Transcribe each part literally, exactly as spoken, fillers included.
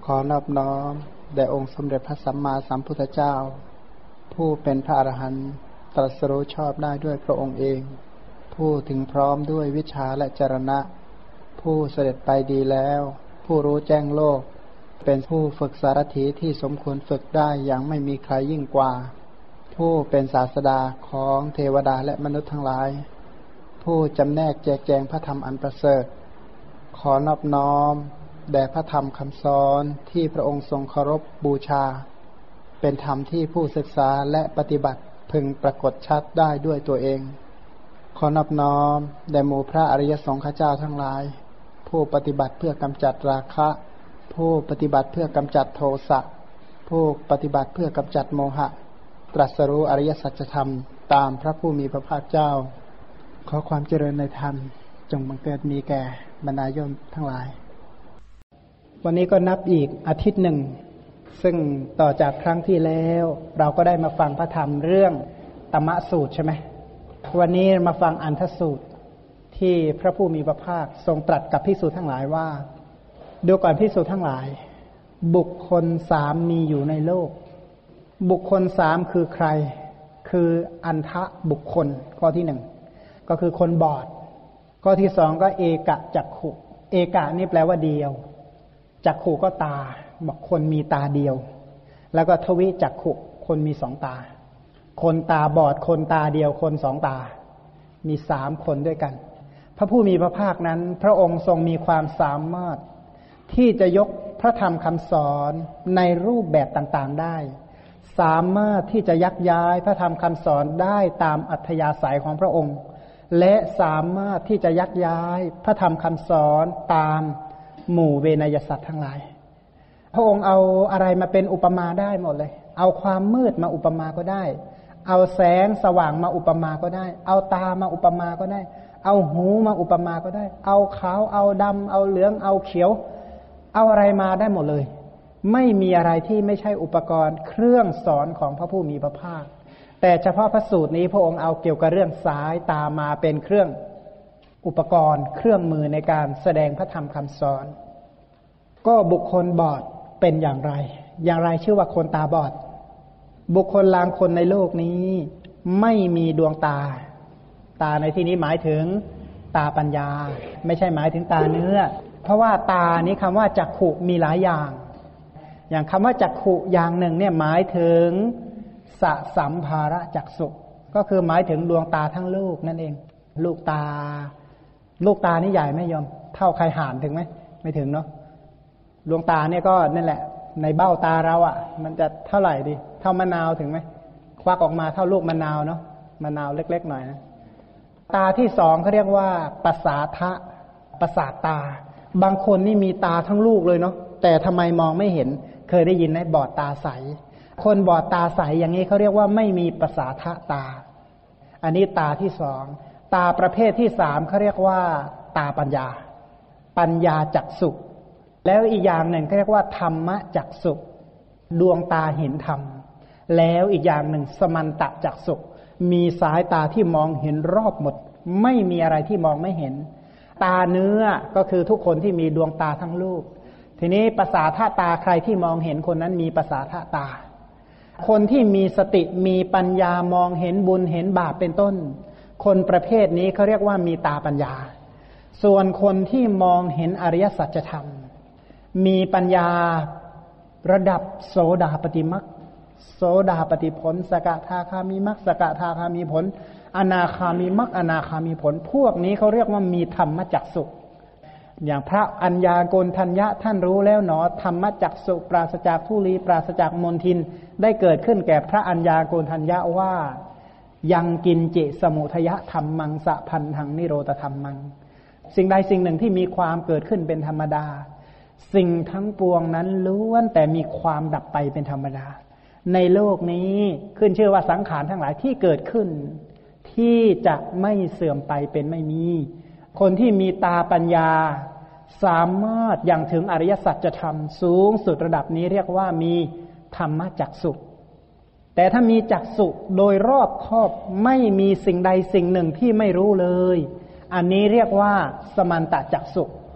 ขอนอบน้อมแด่องค์สมเด็จพระสัมมาสัมพุทธเจ้าผู้เป็นพระอรหันต์ตรัสรู้ชอบได้ด้วยพระองค์เองผู้ถึงพร้อมด้วยวิชาและจรณะผู้เสด็จไปดีแล้วผู้รู้แจ้งโลกเป็นผู้ฝึกสารถีที่สมควรฝึกได้อย่างไม่มีใครยิ่งกว่าผู้เป็นศาสดาของเทวดาและมนุษย์ทั้งหลายผู้จำแนกแจกแจงพระธรรมอันประเสริฐขอนอบน้อมแด่พระธรรมคำสอนที่พระองค์ทรงเคารพบูชาเป็นธรรมที่ผู้ศึกษาและปฏิบัติพึงปรากฏชัดได้ด้วยตัวเองขอนอบน้อมแด่หมู่พระอริยสงฆ์เจ้าทั้งหลายผู้ปฏิบัติเพื่อกำจัดราคะผู้ปฏิบัติเพื่อกำจัดโทสะผู้ปฏิบัติเพื่อกำจัดโมหะตรัสรู้อริยสัจธรรมตามพระผู้มีพระภาคเจ้าขอความเจริญในธรรมจงบังเกิดมีแก่บรรดาโยมทั้งหลายวันนี้ก็นับอีกอาทิตย์หนึ่งซึ่งต่อจากครั้งที่แล้วเราก็ได้มาฟังพระธรรมเรื่องตมะสูตรใช่ไหมวันนี้มาฟังอันทสูตรที่พระผู้มีพระภาคทรงตรัสกับภิกษุทั้งหลายว่าดูก่อนภิกษุทั้งหลายบุคคลสามมีอยู่ในโลกบุคคลสามคือใครคืออันทะบุคคลข้อที่หนึ่งก็คือคนบอดข้อที่สองก็เอกะจักขุเอกะนี่แปลว่าเดียวจักขุก็ตาบอกคนมีตาเดียวแล้วก็ทวิจักขุคนมีสองตาคนตาบอดคนตาเดียวคนสองตามีสามคนด้วยกันพระผู้มีพระภาคนั้นพระองค์ทรงมีความสามารถที่จะยกพระธรรมคำสอนในรูปแบบต่างๆได้สามารถที่จะยักย้ายพระธรรมคำสอนได้ตามอัธยาศัยของพระองค์และสามารถที่จะยักย้ายพระธรรมคำสอนตามหมู่เวนยสัตว์ทั้งหลายพระองค์เอาอะไรมาเป็นอุปมาได้หมดเลยเอาความมืดมาอุปมาก็ได้เอาแสงสว่างมาอุปมาก็ได้เอาตามาอุปมาก็ได้เอาหูมาอุปมาก็ได้เอาขาวเอาดำเอาเหลืองเอาเขียวเอาอะไรมาได้หมดเลยไม่มีอะไรที่ไม่ใช่อุปกรณ์เครื่องสอนของพระผู้มีพระภาคแต่เฉพาะพระสูตรนี้พระองค์เอาเกี่ยวกับเรื่องสายตามาเป็นเครื่องอุปกรณ์เครื่องมือในการแสดงพระธรรมคำสอนก็บุคคลบอดเป็นอย่างไรอย่างไรชื่อว่าคนตาบอดบุคคลลางคนในโลกนี้ไม่มีดวงตาตาในที่นี้หมายถึงตาปัญญาไม่ใช่หมายถึงตาเนื้อเพราะว่าตานี้คำว่าจักขุมีหลายอย่างอย่างคำว่าจักขุอย่างหนึ่งเนี่ยหมายถึงสสัมภาระจักษุก็คือหมายถึงดวงตาทั้งลูกนั่นเองลูกตาลูกตานี่ใหญ่ไหมโยมเท่าใครห่านถึงไหมไม่ถึงเนาะดวงตาเนี่ยก็นั่นแหละในเบ้าตาเราอ่ะมันจะเท่าไหร่ดีเท่ามะนาวถึงไหมควักออกมาเท่าลูกมะนาวเนาะมะนาวเล็กๆหน่อยนะตาที่สองเขาเรียกว่าประสาทะประสาทตาบางคนนี่มีตาทั้งลูกเลยเนาะแต่ทำไมมองไม่เห็นเคยได้ยินไหมบอดตาใสคนบอดตาใสอย่างนี้เขาเรียกว่าไม่มีประสาทะตาอันนี้ตาที่สองตาประเภทที่สามเขาเรียกว่าตาปัญญาปัญญาจักษุแล้วอีกอย่างหนึ่งเขาเรียกว่าธรรมจักษุดวงตาเห็นธรรมแล้วอีกอย่างหนึ่งสมันตจักษุมีสายตาที่มองเห็นรอบหมดไม่มีอะไรที่มองไม่เห็นตาเนื้อก็คือทุกคนที่มีดวงตาทั้งลูกทีนี้ประสาทตาใครที่มองเห็นคนนั้นมีประสาทตาคนที่มีสติมีปัญญามองเห็นบุญเห็นบาปเป็นต้นคนประเภทนี้เขาเรียกว่ามีตาปัญญาส่วนคนที่มองเห็นอริยสัจธรรมมีปัญญาระดับโสดาปัตติมรรคโสดาปัตติผลสกทาคามิมรรคสกทาคามิผลอนาคามิมรรคอนาคามิผลพวกนี้เขาเรียกว่ามีธรรมจักษุอย่างพระอัญญาโกณฑัญญะท่านรู้แล้วหนอธรรมจักษุปราศจากทุลีปราศจากมลทินได้เกิดขึ้นแก่พระอัญญาโกณฑัญญะว่ายังกินจิสมุทยะธรรมังสะพันธังนิโรธธรรมังสิ่งใดสิ่งหนึ่งที่มีความเกิดขึ้นเป็นธรรมดาสิ่งทั้งปวงนั้นล้วนแต่มีความดับไปเป็นธรรมดาในโลกนี้ขึ้นชื่อว่าสังขารทั้งหลายที่เกิดขึ้นที่จะไม่เสื่อมไปเป็นไม่มีคนที่มีตาปัญญาสามารถยังถึงอริยสัจธรรมสูงสุดระดับนี้เรียกว่ามีธรรมจักษุแต่ถ้ามีจักษุโดยรอบคอบไม่มีสิ่งใดสิ่งหนึ่งที่ไม่รู้เลยอันนี้เรียกว่าสมันตจักษุพ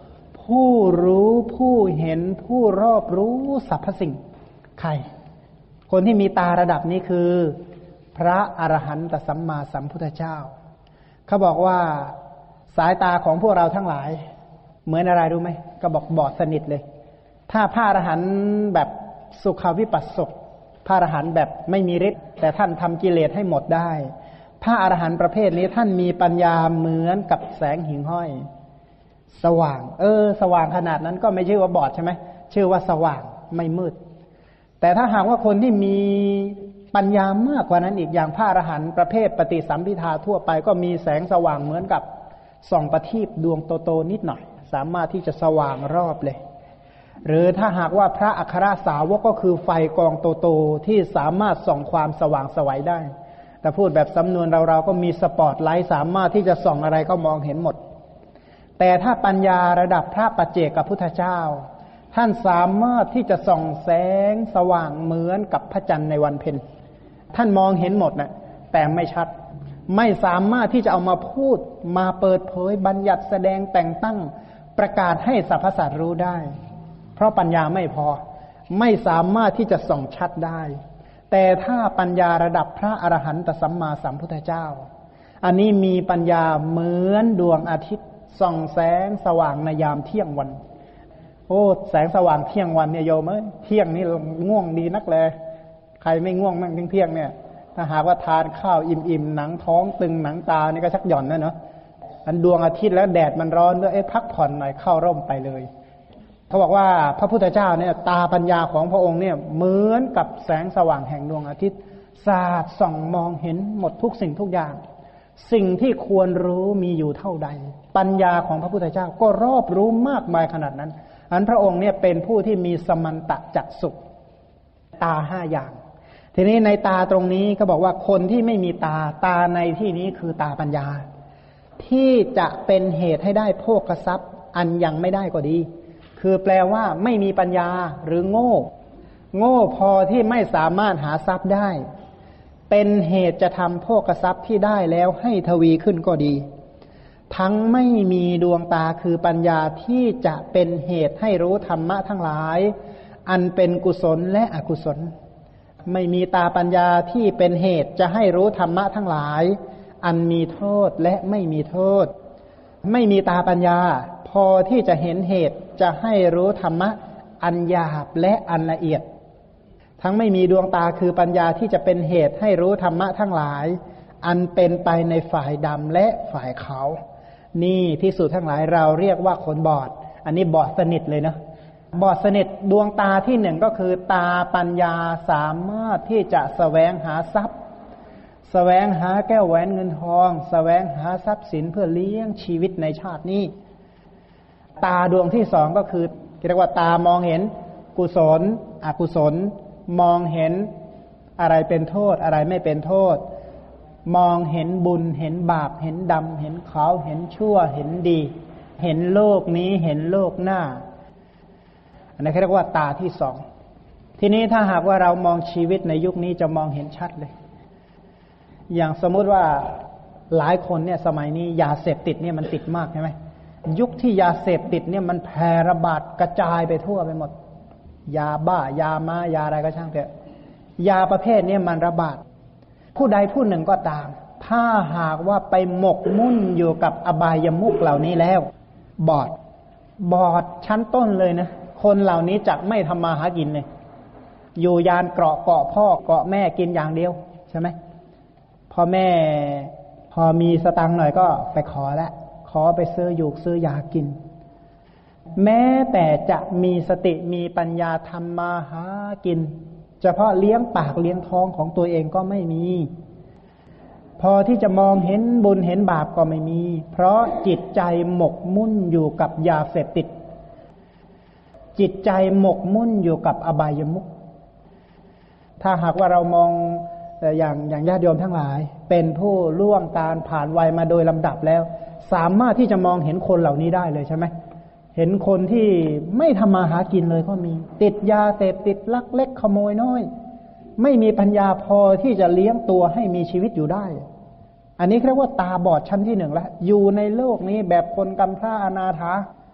ผู้รู้ผู้เห็นผู้รอบรู้สรรพสิ่งใครคนที่มีตาระดับนี้คือพระอรหันตสัมมาสัมพุทธเจ้าเขาบอกว่าสายตาของพวกเราทั้งหลายเหมือนอะไรรู้ไหมก็บอกบอดสนิทเลยถ้าพระอรหันต์แบบสุขวิปัสสกพระอรหันต์แบบไม่มีฤทธิ์แต่ท่านทำกิเลสให้หมดได้พระอรหันต์ประเภทนี้ท่านมีปัญญาเหมือนกับแสงหิ่งห้อยสว่างเออสว่างขนาดนั้นก็ไม่ชื่อว่าบอดใช่ไหมชื่อว่าสว่างไม่มืดแต่ถ้าหากว่าคนที่มีปัญญามากกว่านั้นอีกอย่างพระอรหันต์ประเภทปฏิสัมภิทาทั่วไปก็มีแสงสว่างเหมือนกับส่องประทีปดวงโตๆนิดหน่อยสามารถที่จะสว่างรอบเลยหรือถ้าหากว่าพระอัครสาวกก็คือไฟกองโตๆที่สามารถส่องความสว่างไสวได้แต่พูดแบบสำนวนเราๆก็มีสปอตไลท์สามารถที่จะส่องอะไรก็มองเห็นหมดแต่ถ้าปัญญาระดับพระปัจเจกพุทธเจ้าท่านสามารถที่จะส่องแสงสว่างเหมือนกับพระจันทร์ในวันเพ็ญท่านมองเห็นหมดนะแต่ไม่ชัดไม่สามารถที่จะเอามาพูดมาเปิดเผยบัญญัติแสดงแต่งตั้งประกาศให้สรรพสัตว์รู้ได้เพราะปัญญาไม่พอไม่สามารถที่จะส่องชัดได้แต่ถ้าปัญญาระดับพระอรหันตสัมมาสัมพุทธเจ้าอันนี้มีปัญญาเหมือนดวงอาทิตย์ส่องแสงสว่างในยามเที่ยงวันโอ้แสงสว่างเที่ยงวันเนี่ยโยมเอ้ยเที่ยงนี่ง่วงดีนักเลยใครไม่ง่วงมั่งเที่ยงเนี่ยถ้าหากว่าทานข้าวอิ่มๆหนังท้องตึงหนังตานี่ก็ชักหย่อนนะเนาะอันดวงอาทิตย์แล้วแดดมันร้อนด้วยเอ้พักผ่อนหน่อยเข้าร่มไปเลยเขาบอกว่าพระพุทธเจ้าเนี่ยตาปัญญาของพระองค์เนี่ยเหมือนกับแสงสว่างแห่งดวงอาทิตย์สาดส่องมองเห็นหมดทุกสิ่งทุกอย่างสิ่งที่ควรรู้มีอยู่เท่าใดปัญญาของพระพุทธเจ้าก็รอบรู้มากมายขนาดนั้นอันพระองค์เนี่ยเป็นผู้ที่มีสมันตจักษุตาห้าอย่างทีนี้ในตาตรงนี้ก็บอกว่าคนที่ไม่มีตาตาในที่นี้คือตาปัญญาที่จะเป็นเหตุให้ได้โภคทรัพย์อันยังไม่ได้ก็ดีคือแปลว่าไม่มีปัญญาหรือโง่โง่พอที่ไม่สามารถหาทรัพย์ได้เป็นเหตุจะทำโภคทรัพย์ที่ได้แล้วให้ทวีขึ้นก็ดีทั้งไม่มีดวงตาคือปัญญาที่จะเป็นเหตุให้รู้ธรรมะทั้งหลายอันเป็นกุศลและอกุศลไม่มีตาปัญญาที่เป็นเหตุจะให้รู้ธรรมะทั้งหลายอันมีโทษและไม่มีโทษไม่มีตาปัญญาพอที่จะเห็นเหตุจะให้รู้ธรรมะอันหยาบและอันละเอียดทั้งไม่มีดวงตาคือปัญญาที่จะเป็นเหตุให้รู้ธรรมะทั้งหลายอันเป็นไปในฝ่ายดำและฝ่ายขาวนี่ภิกษุทั้งหลายเราเรียกว่าคนบอดอันนี้บอดสนิทเลยเนาะบอดสนิทดวงตาที่หนึ่งก็คือตาปัญญาสามารถที่จะแสวงหาทรัพย์แสวงหาแก้วแหวนเงินทองแสวงหาทรัพย์สินเพื่อเลี้ยงชีวิตในชาตินี้ตาดวงที่สองก็คือเรียกว่าตามองเห็นกุศลอกุศลมองเห็นอะไรเป็นโทษอะไรไม่เป็นโทษมองเห็นบุญเห็นบาปเห็นดำเห็นขาวเห็นชั่วเห็นดีเห็นโลกนี้เห็นโลกหน้าอันนี้เรียกว่าตาที่สองทีนี้ถ้าหากว่าเรามองชีวิตในยุคนี้จะมองเห็นชัดเลยอย่างสมมุติว่าหลายคนเนี่ยสมัยนี้ยาเสพติดเนี่ยมันติดมากใช่ไหมยุคที่ยาเสพติดเนี่ยมันแพร่ระบาดกระจายไปทั่วไปหมดยาบ้ายามายาอะไรก็ช่างเถอะยาประเภทนี้มันระบาดผู้ใดผู้หนึ่งก็ตามถ้าหากว่าไปหมกมุ่นอยู่กับอบายมุขเหล่านี้แล้วบอดบอดชั้นต้นเลยนะคนเหล่านี้จะไม่ทำมาหากินเลยอยู่ยานเกาะเกาะพ่อเกาะแม่กินอย่างเดียวใช่ไหมพอแม่พอมีสตังค์หน่อยก็ไปขอแล้วขอไปซื้ออยู่ซื้อยากินแม้แต่จะมีสติมีปัญญาทำมาหากินเฉพาะเลี้ยงปากเลี้ยงท้องของตัวเองก็ไม่มีพอที่จะมองเห็นบุญเห็นบาปก็ไม่มีเพราะจิตใจหมกมุ่นอยู่กับยาเสพติดจิตใจหมกมุ่นอยู่กับอบายมุขถ้าหากว่าเรามองอย่างอย่างญาติโยมทั้งหลายเป็นผู้ล่วงการผ่านวัยมาโดยลำดับแล้วสามารถที่จะมองเห็นคนเหล่านี้ได้เลยใช่ไหมเห็นคนที่ไม่ทำมาหากินเลยก็มีติดยาเสพติดลักเล็กขโมยน้อยไม่มีปัญญาพอที่จะเลี้ยงตัวให้มีชีวิตอยู่ได้อันนี้เรียกว่าตาบอดชั้นที่หนึ่งแล้วอยู่ในโลกนี้แบบคนกำพร้าอนาถา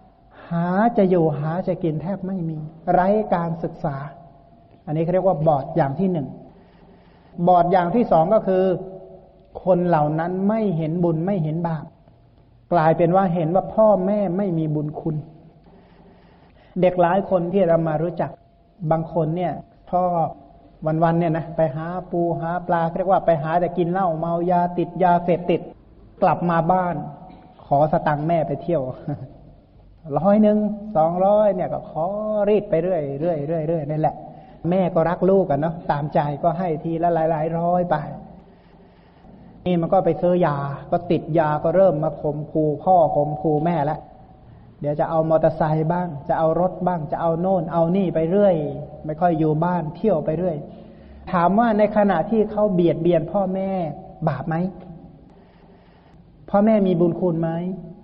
หาจะอยู่หาจะกินแทบไม่มีไร้การศึกษาอันนี้เขาเรียกว่าบอดอย่างที่หนึ่งบอดอย่างที่สองก็คือคนเหล่านั้นไม่เห็นบุญไม่เห็นบาปกลายเป็นว่าเห็นว่าพ่อแม่ไม่มีบุญคุณเด็กหลายคนที่เรามารู้จักบางคนเนี่ยพ่อวันๆเนี่ยนะไปหาปูหาปลาเรียกว่าไปหาแต่กินเหล้าเมายาติดยาเสพติดกลับมาบ้านขอสตังค์แม่ไปเที่ยวร้อยหนึ่งสองร้อยเนี่ยก็ขอรีดไปเรื่อยเรื่อยเรื่อยเรื่อยนั่นแหละแม่ก็รักลูกกันเนาะตามใจก็ให้ทีละหลายหลายร้อยไปนี่มันก็ไปซื้อยาก็ติดยาก็เริ่มมาข่มขู่พ่อข่มขู่แม่แล้วเดี๋ยวจะเอามอเตอร์ไซค์บ้างจะเอารถบ้างจะเอาโน่นเอานี่ไปเรื่อยไม่ค่อยอยู่บ้านเที่ยวไปเรื่อยถามว่าในขณะที่เขาเบียดเบียนพ่อแม่บาปไหมพ่อแม่มีบุญคุณไหม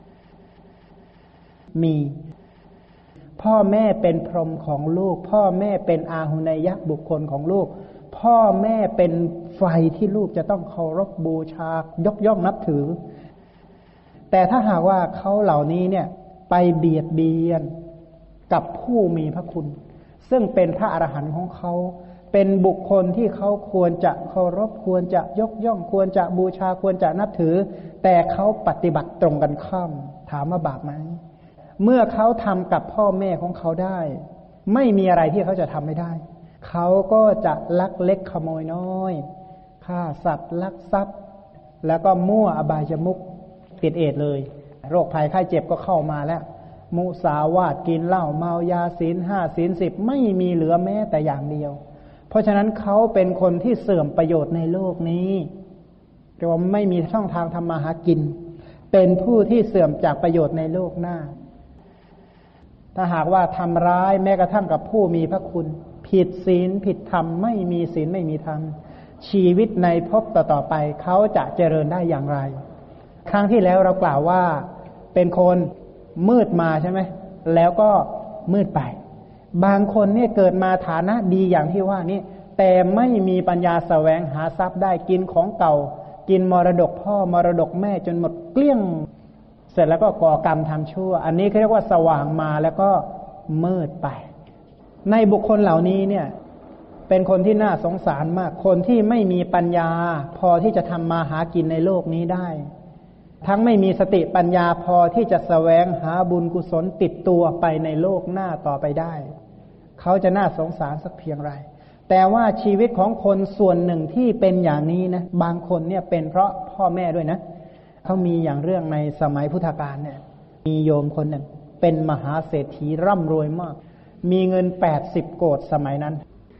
มีพ่อแม่เป็นพรหมของลูกพ่อแม่เป็นอาหุเนยบุคคลของลูกพ่อแม่เป็นไฟที่ลูกจะต้องเคารพบูชายกย่องนับถือแต่ถ้าหากว่าเขาเหล่านี้เนี่ยไปเบียดเบียนกับผู้มีพระคุณซึ่งเป็นพระอรหันต์ของเขาเป็นบุคคลที่เขาควรจะเคารพควรจะยกย่องควรจะบูชาควรจะนับถือแต่เขาปฏิบัติตรงกันข้ามถามว่าบาปไหมเมื่อเขาทำกับพ่อแม่ของเขาได้ไม่มีอะไรที่เขาจะทำไม่ได้เขาก็จะลักเล็กขโมยน้อยฆ่าสัตว์ลักทรัพย์แล้วก็มั่วอบายมุขติดเอดเลยโรคภัยไข้เจ็บก็เข้ามาแล้วมุสาวาทกินเหล้าเมายาศีลห้าศีลสิบไม่มีเหลือแม้แต่อย่างเดียวเพราะฉะนั้นเขาเป็นคนที่เสื่อมประโยชน์ในโลกนี้เรียกว่าไม่มีช่องทางทำมาหากินเป็นผู้ที่เสื่อมจากประโยชน์ในโลกหน้าถ้าหากว่าทำร้ายแม้กระทั่งกับผู้มีพระคุณผิดศีลผิดธรรมไม่มีศีลไม่มีธรรมชีวิตในภพต่อๆไปเขาจะเจริญได้อย่างไรครั้งที่แล้วเรากล่าวว่าเป็นคนมืดมาใช่ไหมแล้วก็มืดไปบางคนเนี่ยเกิดมาฐานะดีอย่างที่ว่านี่แต่ไม่มีปัญญาแสวงหาทรัพย์ได้กินของเก่ากินมรดกพ่อมรดกแม่จนหมดเกลี้ยงเสร็จแล้วก็ก่อกรรมทำชั่วอันนี้เขาเรียกว่าสว่างมาแล้วก็มืดไปในบุคคลเหล่านี้เนี่ยเป็นคนที่น่าสงสารมากคนที่ไม่มีปัญญาพอที่จะทำมาหากินในโลกนี้ได้ทั้งไม่มีสติปัญญาพอที่จะแสวงหาบุญกุศลติดตัวไปในโลกหน้าต่อไปได้เขาจะน่าสงสารสักเพียงไรแต่ว่าชีวิตของคนส่วนหนึ่งที่เป็นอย่างนี้นะบางคนเนี่ยเป็นเพราะพ่อแม่ด้วยนะเขามีอย่างเรื่องในสมัยพุทธกาลเนี่ยมีโยมคนหนึ่งเป็นมหาเศรษฐีร่ำรวยมากมีเงินแปดสิบโกฏสมัยนั้น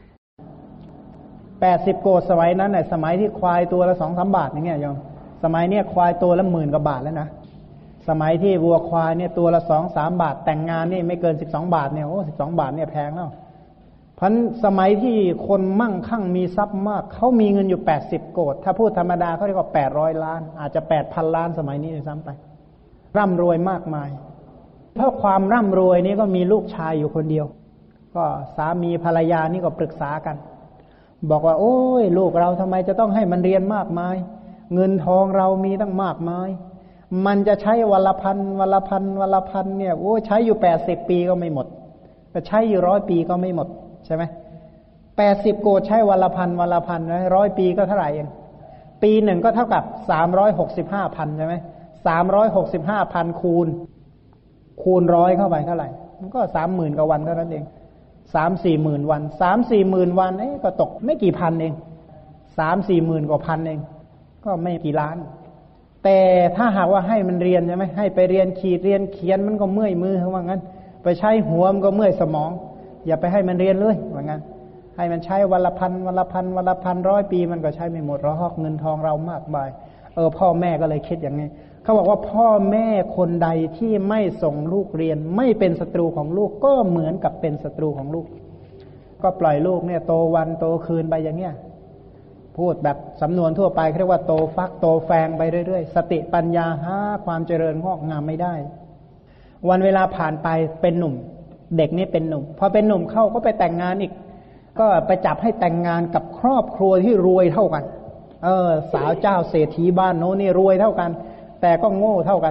แปดสิบโกฏสมัยนั้นเนี่ยสมัยที่ควายตัวละ สองถึงสาม บาทอย่างเงี้ยโยมสมัยเนี้ยควายตัวละหมื่นกว่าบาทแล้วนะสมัยที่วัวควายเนี่ยตัวละ สองถึงสาม บาทแต่งงานนี่ไม่เกินสิบสองบาทเนี่ยโอ้สิบสองบาทเนี่ยแพงแล้วเพราะสมัยที่คนมั่งคั่งมีทรัพย์มากเขามีเงินอยู่แปดสิบโกฏถ้าพูดธรรมดาเขาเรียกว่าแปดร้อยล้านอาจจะ แปดพัน ล้านสมัยนี้ด้วยซ้ำไปร่ำรวยมากมายเพราะความร่ำรวยนี้ก็มีลูกชายอยู่คนเดียวก็สามีภรรยานี่ก็ปรึกษากันบอกว่าโอ้ยลูกเราทำไมจะต้องให้มันเรียนมากมายเงินทองเรามีตั้งมากมายมันจะใช้วันละพันวันละพันวันละพันเนี่ยโอ้ใช้อยู่แปดสิบปีก็ไม่หมดแต่ใช้อยู่ร้อยปีก็ไม่หมดใช่ไหมแปดสิบโกฏใช้วันละพันวันละพันร้อยปีก็เท่าไหร่เองปีหนึ่งก็เท่ากับสามร้อยหกสิบห้าพันใช่ไหมสามร้อยหกสิบห้าพันคูณคูณร้อยเข้าไปเท่าไหร่มันก็สามหมื่นกว่าวันเท่านั้นเองสามสี่หมื่นวันสามสี่หมื่นวันเอ๊ะก็ตกไม่กี่พันเองสามสี่หมื่นกว่าพันเองก็ไม่กี่ล้านแต่ถ้าหากว่าให้มันเรียนใช่ไหมให้ไปเรียนขีดเรียนเขียนมันก็เมื่อยมือเขาว่างั้นไปใช้หัวมันก็เมื่อยสมองอย่าไปให้มันเรียนเลยว่างั้นให้มันใช้วันละพันวันละพันวันละพันร้อยปีมันก็ใช้ไม่หมดหรอกเงินทองเรามากมายเออพ่อแม่ก็เลยคิดอย่างนี้เขาบอกว่าพ่อแม่คนใดที่ไม่ส่งลูกเรียนไม่เป็นศัตรูของลูกก็เหมือนกับเป็นศัตรูของลูกก็ปล่อยลูกเนี่ยโตวันโตคืนไปอย่างเงี้ยพูดแบบสำนวนทั่วไปเรียกว่าโตฟักโตแฟงไปเรื่อยๆสติปัญญาหาความเจริญงอกงามไม่ได้วันเวลาผ่านไปเป็นหนุ่มเด็กนี่เป็นหนุ่มพอเป็นหนุ่มเข้าก็ไปแต่งงานอีกก็ไปจับให้แต่งงานกับครอบครัวที่รวยเท่ากันเออสาวเจ้าเศรษฐีบ้านโน้นนี่รวยเท่ากันแต่ก็โง่เท่ากัน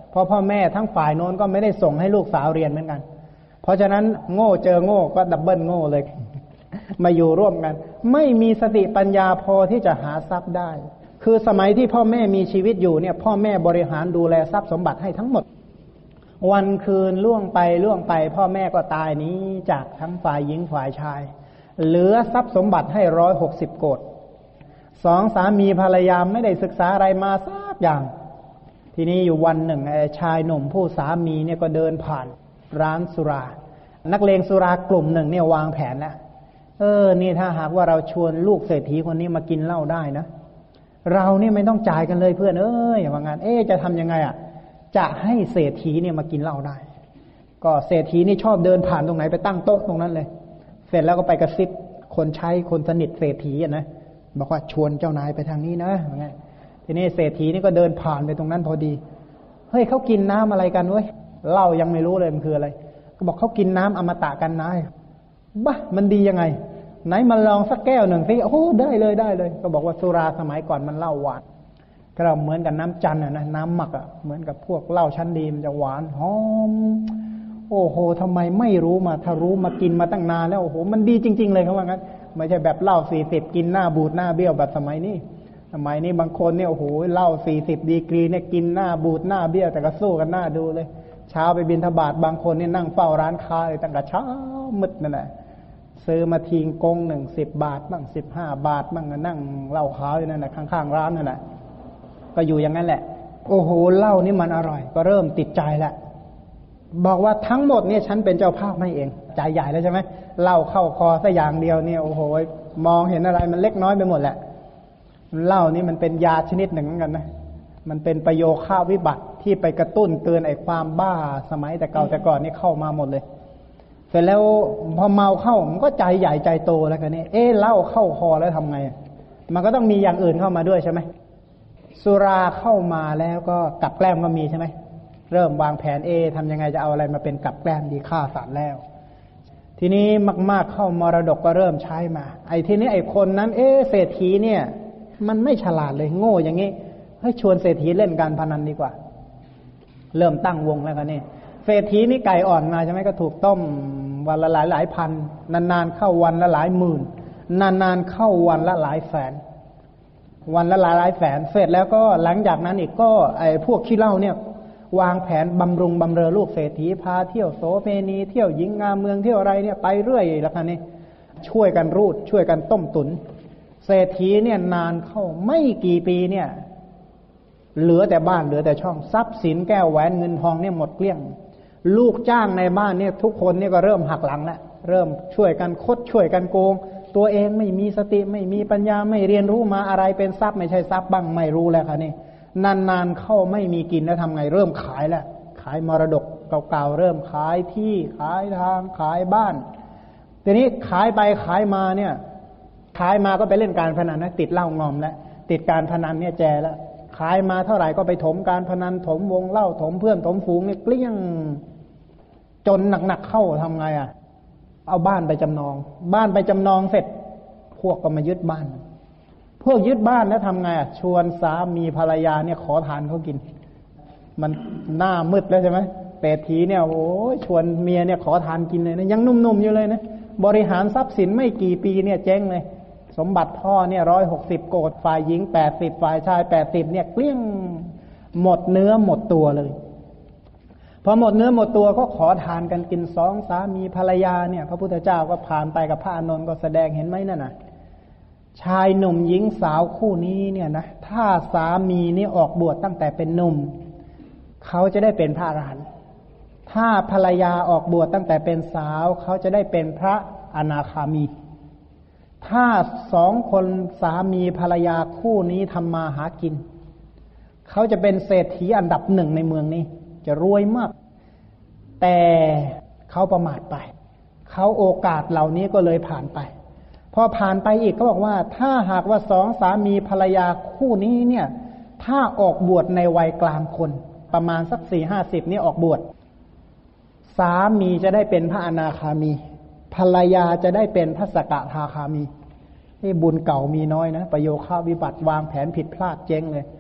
เพราะพ่อแม่ทั้งฝ่ายโน้นก็ไม่ได้ส่งให้ลูกสาวเรียนเหมือนกันเพราะฉะนั้นโง่เจอโง่ก็ดับเบิลโง่เลย มาอยู่ร่วมกันไม่มีสติปัญญาพอที่จะหาทรัพย์ได้คือสมัยที่พ่อแม่มีชีวิตอยู่เนี่ยพ่อแม่บริหารดูแลทรัพย์สมบัติให้ทั้งหมดวันคืนล่วงไปล่วงไปพ่อแม่ก็ตายนี้จากทั้งฝ่ายหญิงฝ่ายชายเหลือทรัพย์สมบัติให้ร้อยหกสิบโกฏสองสามีภรรยาไม่ได้ศึกษาอะไรมาสักอย่างทีนี้อยู่วันหนึ่งชายหนุ่มผู้สามีเนี่ยก็เดินผ่านร้านสุรานักเลงสุรากลุ่มหนึ่งเนี่ยวางแผนแล้วเออนี่ถ้าหากว่าเราชวนลูกเศรษฐีคนนี้มากินเหล้าได้นะเราเนี่ยไม่ต้องจ่ายกันเลยเพื่อนเอ้ยว่างั้นเอ๊ะจะทำยังไงอ่ะจะให้เศรษฐีเนี่ยมากินเหล้าได้ก็เศรษฐีนี่ชอบเดินผ่านตรงไหนไปตั้งโต๊ะตรงนั้นเลยเสร็จแล้วก็ไปกระซิบคนใช้คนสนิทเศรษฐีอ่ะนะบอกว่าชวนเจ้านายไปทางนี้นะว่างั้นทีนี้เศรษฐีนี่ก็เดินผ่านไปตรงนั้นพอดีเฮ้ยเขากินน้ำอะไรกันเว้ยเหล้ายังไม่รู้เลยมันคืออะไรก็บอกเขากินน้ำอมตะกันนายบ้ามันดียังไงไหนมาลองสักแก้วหนึ่งสิโอ้ได้เลยได้เลยก็บอกว่าสุราสมัยก่อนมันเหล้าหวานก็เหมือนกับน้ำจันอ่ะนะน้ำหมักอ่ะเหมือนกับพวกเหล้าชั้นดีมันจะหวานหอมโอ้โหทำไมไม่รู้มาถ้ารู้มากินมาตั้งนานแล้วโอ้โหมันดีจริงๆเลยเขาว่างั้นไม่ใช่แบบเหล้าสี่สิบกินหน้าบูดหน้าเบี้ยวแบบสมัยนี้สมัยนี้บางคนเนี่ยโอ้โหเหล้าสี่สิบดีกรีเนี่ยกินหน้าบูดหน้าเบี้ยวแต่ก็สู้กันหน้าดูเลยเช้าไปบิณฑบาตบางคนเนี่ยนั่งเฝ้าร้านค้าเลยตั้งแต่เช้ามืดนั่นแหละซื้อมาทิ้งกงหนึ่งสิบบาทบ้างสิบห้าบาทบ้างนั่งเหล้าขาวอยู่นั่นแหละข้างๆร้านนั่นแหละก็อยู่อย่างนั้นแหละโอ้โหเหล้านี่มันอร่อยก็เริ่มติดใจแล้วบอกว่าทั้งหมดเนี่ยฉันเป็นเจ้าภาพให้เองใจใหญ่แล้วใช่ไหมเหล้าเข้าคอซะอย่างเดียวเนี่ยโอ้โหมองเห็นอะไรมันเล็กน้อยไปหมดแหละเหล้านี่มันเป็นยาชนิดหนึ่งเหมือนกันนะมันเป็นประโยชน์ข้าวิบัติที่ไปกระตุ้นเตือนไอ้ความบ้าสมัยแต่เก่าแต่ก่อนนี่เข้ามาหมดเลยเสร็จแล้วพอเมาเข้ามันก็ใจใหญ่ใจโตแล้วกันนี่เอ๊ะเหล้าเข้าคอแล้วทำไงมันก็ต้องมีอย่างอื่นเข้ามาด้วยใช่ไหมสุราเข้ามาแล้วก็กับแกล้มก็มีใช่ไหมเริ่มวางแผนเอทำยังไงจะเอาอะไรมาเป็นกับแกล้มดีฆ่าสัตว์แล้วทีนี้มากๆเข้ามรดกก็เริ่มใช้มาไอ้ทีนี้ไอ้คนนั้นเอ๊ะเศรษฐีเนี่ยมันไม่ฉลาดเลยโง่อย่างนี้ให้ชวนเศรษฐีเล่นการพนันดีกว่าเริ่มตั้งวงแล้วกันนี่เศรษฐีนี่ไก่อ่อนมาใช่ไหมก็ถูกต้มวันละหลายหลายพันนานๆเข้าวันละหลายหมื่นนานๆเข้าวันละหลายแสนวันละหลายหลายแสนเสร็จแล้วก็หลังจากนั้นอีกก็ไอ้พวกขี้เหล้าเนี่ยวางแผนบำรุงบำเรอลูกเศรษฐีพาเที่ยวโสเภณีเที่ยวหญิงงามเมืองเที่ยวอะไรเนี่ยไปเรื่อยแล้วกันนี่ช่วยกันรูดช่วยกันต้มตุนเศรษฐีเนี่ยนานเข้าไม่กี่ปีเนี่ยเหลือแต่บ้านเหลือแต่ช่องทรัพย์สินแก้วแหวนเงินทองเนี่ยหมดเกลี้ยงลูกจ้างในบ้านเนี่ยทุกคนเนี่ยก็เริ่มหักหลังแล้วเริ่มช่วยกันคดช่วยกันโกงตัวเองไม่มีสติไม่มีปัญญาไม่เรียนรู้มาอะไรเป็นทรัพย์ไม่ใช่ทรัพย์บ้างไม่รู้แล้วค่ะนี่นานๆเข้าไม่มีกินแล้วทำไงเริ่มขายแล้วขายมรดกเก่าๆเริ่มขายที่ขายทางขายบ้านทีนี้ขายไปขายมาเนี่ยขายมาก็ไปเล่นการพนันนะติดเหล้างอมแล้วติดการพนันเนี่ยแจแล้วขายมาเท่าไหร่ก็ไปถมการพนันถมวงเหล้าถมเพื่อนถมฝูงเนี่ยเกลี้ยงจนหนักๆเข้าทำไงอ่ะเอาบ้านไปจำนองบ้านไปจำนองเสร็จพวกก็มายึดบ้านพวกยึดบ้านแล้วทำไงอ่ะชวนสามีภรรยาเนี่ยขอทานเขากินมันหน้ามืดแล้วใช่ไหมเศรษฐีเนี่ยโอ้ยชวนเมียเนี่ยขอทานกินเลยนะยังนุ่มๆอยู่เลยนะบริหารทรัพย์สินไม่กี่ปีเนี่ยเจ๊งเลยสมบัติพ่อเนี่ยร้อยหกสิบโกฏฝ่ายหญิงแปดสิบฝ่ายชายแปดสิบเนี่ยเกลี้ยงหมดเนื้อหมดตัวเลยพอหมดเนื้อหมดตัวก็ขอทานกันกินสองสามีภรรยาเนี่ยพระพุทธเจ้าก็ผ่านไปกับพระอานนท์ก็แสดงเห็นไหมนั่นน่ะชายหนุ่มหญิงสาวคู่นี้เนี่ยนะถ้าสามีนี่ออกบวชตั้งแต่เป็นหนุ่มเขาจะได้เป็นพระอรหันต์ถ้าภรรยาออกบวชตั้งแต่เป็นสาวเขาจะได้เป็นพระอนาคามีถ้าสองคนสามีภรรยาคู่นี้ทำมาหากินเขาจะเป็นเศรษฐีอันดับหนึ่งในเมืองนี้จะรวยมากแต่เขาประมาทไปเขาโอกาสเหล่านี้ก็เลยผ่านไปพอผ่านไปอีกเขาบอกว่าถ้าหากว่าสองสามีภรรยาคู่นี้เนี่ยถ้าออกบวชในวัยกลางคนประมาณสักสี่ห้าสิบนี่ออกบวชสามีจะได้เป็นพระอนาคามีภรรยาจะได้เป็นพระสกทาคามีนี่บุญเก่ามีน้อยนะประโยคาวิบัติวางแผนผิดพลาดเจ๊งเลย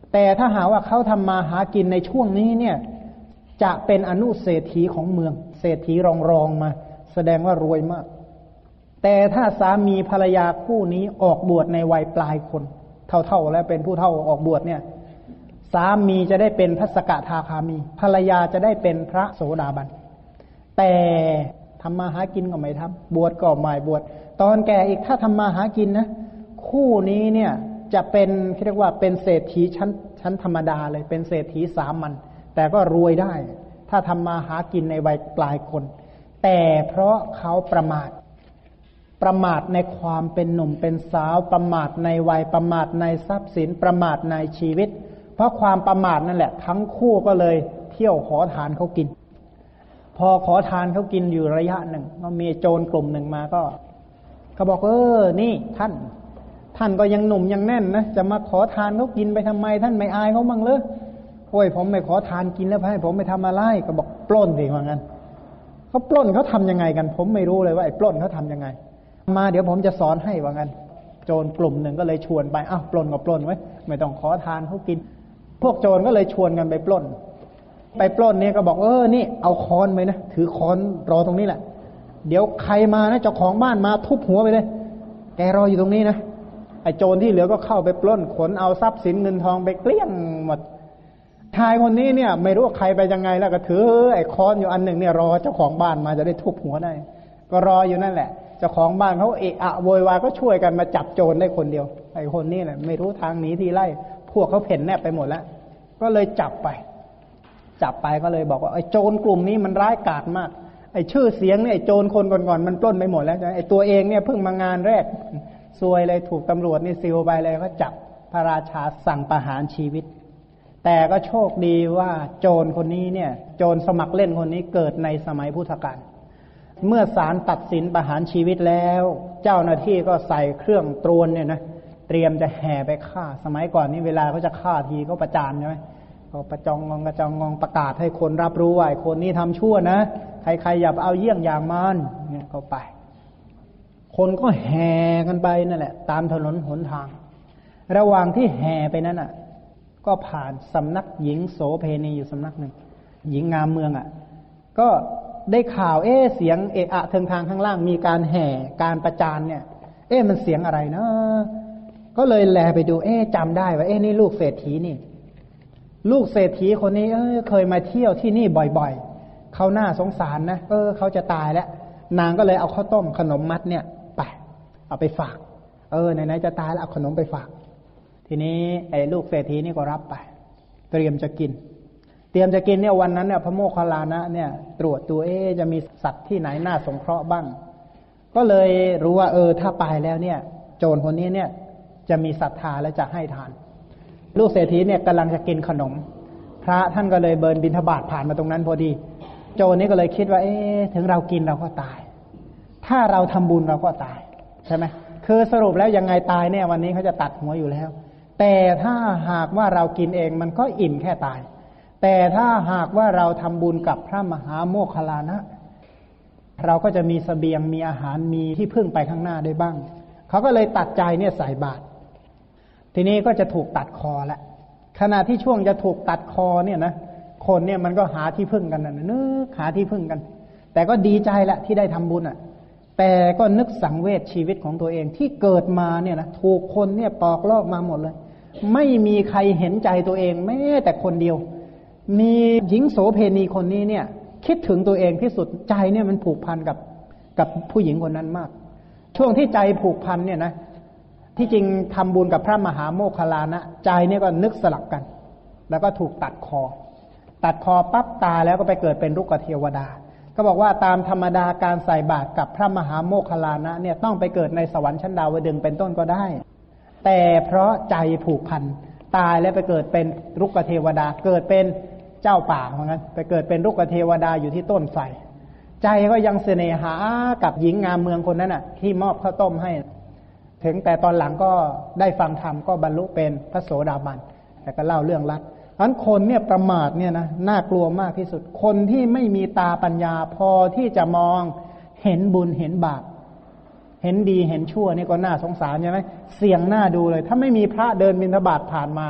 แต่ถ้าหาว่าเขาทำมาหากินในช่วงนี้เนี่ยจะเป็นอนุเศรษฐีของเมืองเศรษฐีรองรองมาแสดงว่ารวยมากแต่ถ้าสามีภรรยาคู่นี้ออกบวชในวัยปลายคนเท่าๆแล้วเป็นผู้เฒ่าออกบวชเนี่ยสามีจะได้เป็นพระสกทาคามีภรรยาจะได้เป็นพระโสดาบันแต่ทำมาหากินก็ไม่ทำบวชก็ไม่บวชตอนแก่อีกถ้าทำมาหากินนะคู่นี้เนี่ยจะเป็นเรียกว่าเป็นเศรษฐีชั้นชั้นธรรมดาเลยเป็นเศรษฐีสามัญแต่ก็รวยได้ถ้าทำมาหากินในวัยปลายคนแต่เพราะเขาประมาทประมาทในความเป็นหนุ่มเป็นสาวประมาทในวัยประมาทในทรัพย์สินประมาทในชีวิตเพราะความประมาทนั่นแหละทั้งคู่ก็เลยเที่ยวขอทานเขากินพอขอทานเขากินอยู่ระยะหนึ่งก็มีโจรกลุ่มหนึ่งมาก็เขาบอกเออนี่ท่านท่านก็ยังหนุ่มยังแน่นนะจะมาขอทานเขากินไปทำไมท่านไม่อายเขาบ้างเลยโอ้ยผมไม่ขอทานกินแล้วให้ผมไปทำอะไรก็บอกปล้นสิว่างั้นเขาปล้นเขาทำยังไงกันผมไม่รู้เลยว่าไอ้ปล้นเขาทำยังไงมาเดี๋ยวผมจะสอนให้ว่างั้นโจรกลุ่มหนึ่งก็เลยชวนไปอ้าวปล้นก็ปล้นไว้ไม่ต้องขอทานเขากินพวกโจรก็เลยชวนกันไปปล้นไปปล้นเนี่ยก็บอกเออนี่เอาค้อนไปนะถือค้อนรอตรงนี้แหละเดี๋ยวใครมานะเจ้าของบ้านมาทุบหัวไปเลยแกรออยู่ตรงนี้นะไอ้โจรที่เหลือก็เข้าไปปล้นขนเอาทรัพย์สินเงินทองไปเกลี้ยงหมดชายคนนี้เนี่ยไม่รู้ว่าใครไปยังไงแล้วก็ถือไอ้ค้อนอยู่อันหนึ่งเนี่ยรอเจ้าของบ้านมาจะได้ทุบหัวได้ก็รออยู่นั่นแหละเจ้าของบ้านเขาเอะอะโวยวายก็ช่วยกันมาจับโจรได้คนเดียวไอ้คนนี้แหละไม่รู้ทางหนีทีไล่พวกเขาเพ่นแนบไปหมดแล้วก็เลยจับไปจับไปก็เลยบอกว่าไอ้โจรกลุ่มนี้มันร้ายกาจมากไอ้ชื่อเสียงเนี่ยไอ้โจรคนก่อนๆมันปล้นไปหมดแล้วไอ้ตัวเองเนี่ยเพิ่งมางานแรกซวยเลยถูกตำรวจนี่ซิลไปเลยก็จับพระราชาสั่งประหารชีวิตแต่ก็โชคดีว่าโจรคนนี้เนี่ยโจรสมัครเล่นคนนี้เกิดในสมัยพุทธกาลเมื่อศาลตัดสินประหารชีวิตแล้วเจ้าหน้าที่ก็ใส่เครื่องตรวนเนี่ยนะเตรียมจะแห่ไปฆ่าสมัยก่อนนี่เวลาเขาจะฆ่าทีเขาประจานใช่ไหมเขาประจองงองกระจองงองประกาศให้คนรับรู้ว่าไอ้คนนี้ทำชั่วนะใครๆอย่าเอาเยี่ยงอย่างมันเนี่ยเขาไปคนก็แห่กันไปนั่นแหละตามถนนหนทางระหว่างที่แห่ไปนั้นอ่ะก็ผ่านสำนักหญิงโสเพณีอยู่สำนักหนึ่งหญิงงามเมืองอ่ะก็ได้ข่าวเอ๊ะเสียงเอะอะเทิงทางข้างล่างมีการแห่การประจานเนี่ยเอ๊ะมันเสียงอะไรนะก็เลยแลไปดูเอ๊ะจำได้ว่าเอ๊ะนี่ลูกเศรษฐีนี่ลูกเศรษฐีคนนี้เออเคยมาเที่ยวที่นี่บ่อยๆเขาหน้าสงสารนะเออเขาจะตายแล้วนางก็เลยเอาข้าวต้มขนมมัดเนี่ยไปเอาไปฝากเออไหนๆจะตายแล้วเอาขนมไปฝากทีนี้ไอ้ลูกเศรษฐีนี่ก็รับไปเตรียมจะกินเตรียมจะกินเนี่ยวันนั้นเนี่ยพระโมคคัลลานะเนี่ยตรวจตัวเอ๊จะมีสัตว์ที่ไหนน่าสงเคราะห์บ้างก็เลยรู้ว่าเออถ้าไปแล้วเนี่ยโจรคนนี้เนี่ยจะมีศรัทธาและจะให้ทานลูกเศรษฐีเนี่ยกำลังจะกินขนมพระท่านก็เลยเบินบิณฑบาตผ่านมาตรงนั้นพอดีโจรนี่ก็เลยคิดว่าเอ๊ะถึงเรากินเราก็ตายถ้าเราทำบุญเราก็ตายใช่ไหมคือสรุปแล้วยังไงตายเนี่ยวันนี้เขาจะตัดหัวอยู่แล้วแต่ถ้าหากว่าเรากินเองมันก็อิ่มแค่ตายแต่ถ้าหากว่าเราทำบุญกับพระมหาโมคคัลลานะเราก็จะมีเสบียงมีอาหารมีที่พึ่งไปข้างหน้าได้บ้างเขาก็เลยตัดใจเนี่ยใส่บาตรทีนี้ก็จะถูกตัดคอแล้วขณะที่ช่วงจะถูกตัดคอเนี่ยนะคนเนี่ยมันก็หาที่พึ่งกันนะนึกหาที่พึ่งกันแต่ก็ดีใจแหละที่ได้ทำบุญอ่ะแต่ก็นึกสังเวชชีวิตของตัวเองที่เกิดมาเนี่ยนะถูกคนเนี่ยปอกลอกมาหมดเลยไม่มีใครเห็นใจตัวเองแม้แต่คนเดียวมีหญิงโสเพณีคนนี้เนี่ยคิดถึงตัวเองที่สุดใจเนี่ยมันผูกพันกับกับผู้หญิงคนนั้นมากช่วงที่ใจผูกพันเนี่ยนะที่จริงทำบุญกับพระมหาโมคคัลลานะใจเนี่ยก็นึกสลับกันแล้วก็ถูกตัดคอตัดคอปั๊บตายแล้วก็ไปเกิดเป็นรุกขเทวดาก็บอกว่าตามธรรมดาการใส่บาตรกับพระมหาโมคคัลลานะเนี่ยต้องไปเกิดในสวรรค์ชั้นดาวดึงส์เป็นต้นก็ได้แต่เพราะใจผูกพันตายแล้วไปเกิดเป็นรุกขเทวดาเกิดเป็นเจ้าป่าเหมือนกันไปเกิดเป็นรุกขเทวดาอยู่ที่ต้นไทรใจก็ยังเสน่หากับหญิงงามเมืองคนนั้นน่ะที่มอบข้าวต้มให้ถึงแต่ตอนหลังก็ได้ฟังธรรมก็บรรลุเป็นพระโสดาบันแต่ก็เล่าเรื่องลัดเพราะฉะนั้นคนเนี่ยประมาทเนี่ยนะน่ากลัวมากที่สุดคนที่ไม่มีตาปัญญาพอที่จะมองเห็นบุญเห็นบาปเห็นดีเห็นชั่วนี่ก็น่าสงสารใช่ไหมเสี่ยงหน้าดูเลยถ้าไม่มีพระเดินบิณฑบาตผ่านมา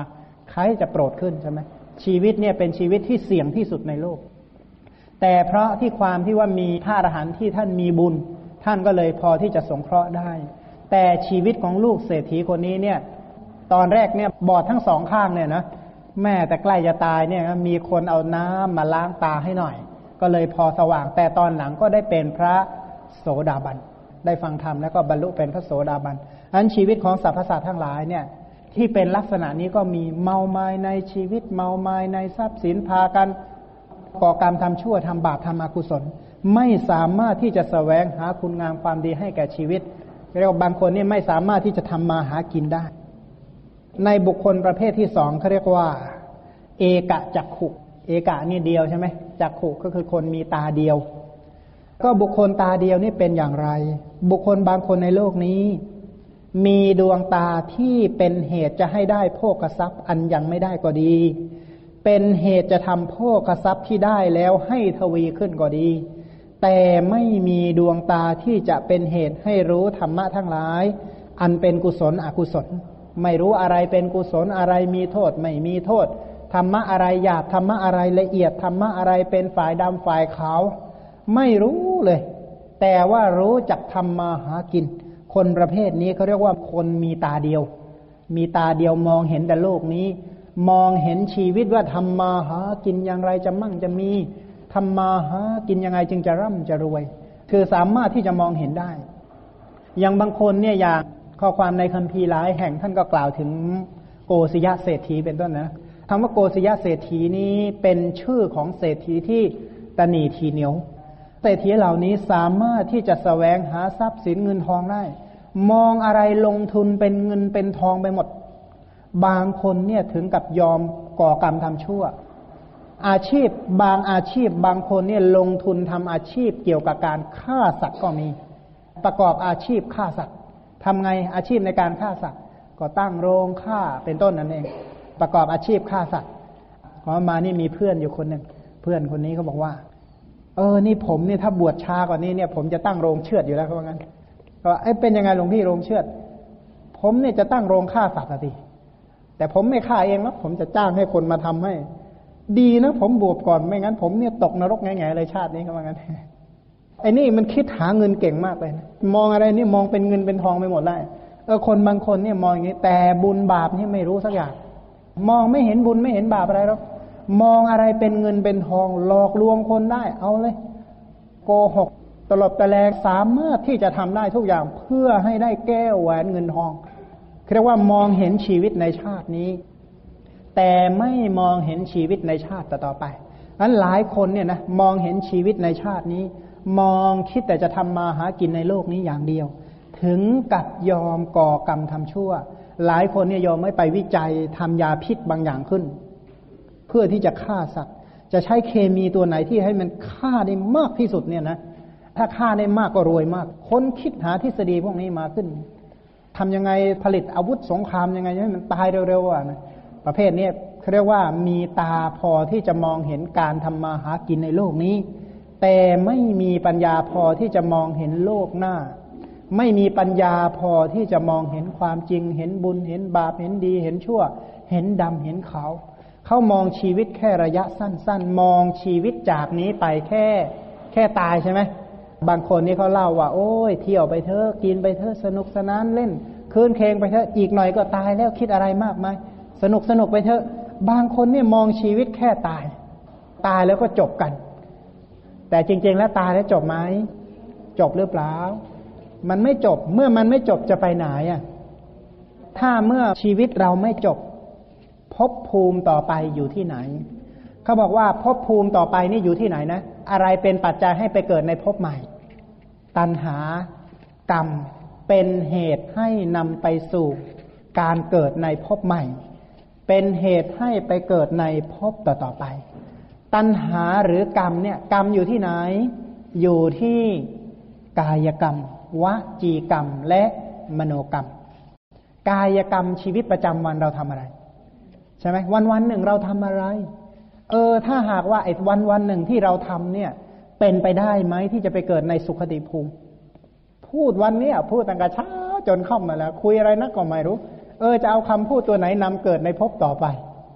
ใครจะโปรดขึ้นใช่ไหมชีวิตเนี่ยเป็นชีวิตที่เสี่ยงที่สุดในโลกแต่เพราะที่ความที่ว่ามีพระอรหันต์ที่ท่านมีบุญท่านก็เลยพอที่จะสงเคราะห์ได้แต่ชีวิตของลูกเศรษฐีคนนี้เนี่ยตอนแรกเนี่ยบอดทั้งสองข้างเนี่ยนะแม่แต่ใกล้จะตายเนี่ยมีคนเอาน้ำมาล้างตาให้หน่อยก็เลยพอสว่างแต่ตอนหลังก็ได้เป็นพระโสดาบันได้ฟังธรรมแล้วก็บรรลุเป็นพระโสดาบันอันชีวิตของสรรพสัตว์ทั้งหลายเนี่ยที่เป็นลักษณะนี้ก็มีเมาไม้ในชีวิตเมาไม้ในทรัพย์สินพากันก่อกรรมทำชั่วทำบาปทำอกุศลไม่สามารถที่จะแสวงหาคุณงามความดีให้แก่ชีวิตเรียกว่าบางคนนี่ไม่สามารถที่จะทำมาหากินได้ในบุคคลประเภทที่สองเขาเรียกว่าเอกจักขุเอกะนี่เดียวใช่ไหมจักขุก็คือคนมีตาเดียวก็บุคคลตาเดียวนี่เป็นอย่างไรบุคคลบางคนในโลกนี้มีดวงตาที่เป็นเหตุจะให้ได้โภคทรัพย์อันยังไม่ได้ก็ดีเป็นเหตุจะทำโภคทรัพย์ที่ได้แล้วให้ทวีขึ้นก็ดีแต่ไม่มีดวงตาที่จะเป็นเหตุให้รู้ธรรมะทั้งหลายอันเป็นกุศลอกุศลไม่รู้อะไรเป็นกุศลอะไรมีโทษไม่มีโทษธรรมะอะไรหยาบธรรมะอะไรละเอียดธรรมะอะไรเป็นฝ่ายดำฝ่ายขาวไม่รู้เลยแต่ว่ารู้จักทำมาหากินคนประเภทนี้เขาเรียกว่าคนมีตาเดียวมีตาเดียวมองเห็นแต่โลกนี้มองเห็นชีวิตว่าทำมาหากินอย่างไรจะมั่งจะมีทำมาหากินยังไงจึงจะร่ำจะรวยคือสามารถที่จะมองเห็นได้อย่างบางคนเนี่ยอย่างข้อความในคัมภีร์หลายแห่งท่านก็กล่าวถึงโกศิยะเศรษฐีเป็นต้นนะคำว่าโกศิยะเศรษฐีนี้เป็นชื่อของเศรษฐีที่ตนีทีเหนียวเศรษฐีเหล่านี้สามารถที่จะแสวงหาทรัพย์สินเงินทองได้มองอะไรลงทุนเป็นเงินเป็นทองไปหมดบางคนเนี่ยถึงกับยอมก่อกรรมทำชั่วอาชีพบางอาชีพบางคนเนี่ยลงทุนทำอาชีพเกี่ยวกับการฆ่าสัตว์ก็มีประกอบอาชีพฆ่าสัตว์ทำไงอาชีพในการฆ่าสัตว์ก็ตั้งโรงฆ่าเป็นต้นนั่นเองประกอบอาชีพฆ่าสัตว์พอมานี่มีเพื่อนอยู่คนหนึ่งเพื่อนคนนี้เขาบอกว่าเออนี่ผมเนี่ยถ้าบวชช้ากว่านี้เนี่ยผมจะตั้งโรงเชือดอยู่แล้วเขาว่างั้นก็ไอ้เป็นยังไงหลวงพี่โรงเชือดผมเนี่ยจะตั้งโรงฆ่าสัตว์สิแต่ผมไม่ฆ่าเองนะผมจะจ้างให้คนมาทำให้ดีนะผมบวชก่อนไม่งั้นผมเนี่ยตกนรกแง่ๆเลยชาตินี้เขาว่างั้นไอ้นี่มันคิดหาเงินเก่งมากเลยนะมองอะไรนี่มองเป็นเงินเป็นทองไปหมดได้เออคนบางคนเนี่ยมองอย่างนี้แต่บุญบาปนี่ไม่รู้สักอย่างมองไม่เห็นบุญไม่เห็นบาปอะไรหรอกมองอะไรเป็นเงินเป็นทองหลอกลวงคนได้เอาเลยโกหกตลบตะแลงสามารถที่จะทำได้ทุกอย่างเพื่อให้ได้แก้วแหวนเงินทองเรียกว่ามองเห็นชีวิตในชาตินี้แต่ไม่มองเห็นชีวิตในชาติต่อไปนั้นหลายคนเนี่ยนะมองเห็นชีวิตในชาตินี้มองคิดแต่จะทำมาหากินในโลกนี้อย่างเดียวถึงกับยอมก่อกรรมทำชั่วหลายคนเนี่ยยอมไม่ไปวิจัยทำยาพิษบางอย่างขึ้นเพื่อที่จะฆ่าสัตว์จะใช้เคมีตัวไหนที่ให้มันฆ่าได้มากที่สุดเนี่ยนะถ้าฆ่าได้มากก็รวยมากคนคิดหาทฤษฎีพวกนี้มาขึ้นทำยังไงผลิตอาวุธสงครามยังไงให้มันตายเร็วๆอ่ะนะประเภทนี้เขาเรียกว่ามีตาพอที่จะมองเห็นการทำมาหากินในโลกนี้แต่ไม่มีปัญญาพอที่จะมองเห็นโลกหน้าไม่มีปัญญาพอที่จะมองเห็นความจริงเห็นบุญเห็นบาปเห็นดีเห็นชั่วเห็นดำเห็นขาวเขามองชีวิตแค่ระยะสั้นๆมองชีวิตจากนี้ไปแค่แค่ตายใช่ไหมบางคนนี่เขาเล่าว่าโอ้ยเที่ยวไปเถอะกินไปเถอะสนุกสนานเล่นคืนเคงไปเถอะอีกหน่อยก็ตายแล้วคิดอะไรมากมายสนุกสนุกไปเถอะบางคนเนี่ยมองชีวิตแค่ตายตายแล้วก็จบกันแต่จริงๆแล้วตายแล้วจบไหมจบหรือเปล่ามันไม่จบเมื่อมันไม่จบจะไปไหนอ่ะถ้าเมื่อชีวิตเราไม่จบภพภูมิต่อไปอยู่ที่ไหนเขาบอกว่าภพภูมิต่อไปนี่อยู่ที่ไหนนะอะไรเป็นปัจจัยให้ไปเกิดในภพใหม่ตัณหากรรมเป็นเหตุให้นำไปสู่การเกิดในภพใหม่เป็นเหตุให้ไปเกิดในภพต่อๆไปตัณหาหรือกรรมเนี่ยกรรมอยู่ที่ไหนอยู่ที่กายกรรมวจีกรรมและมโนกรรมกายกรรมชีวิตประจำวันเราทำอะไรใช่ไหมวันวันหนึ่งเราทำอะไรเออถ้าหากว่าไอ้วันวันหนึ่งที่เราทำเนี่ยเป็นไปได้ไหมที่จะไปเกิดในสุขติภูมิพูดวันนี้พูดตั้งแต่เช้าจนค่ำมาแล้วคุยอะไรนักก็ไม่รู้เออจะเอาคำพูดตัวไหนนำเกิดในภพต่อไป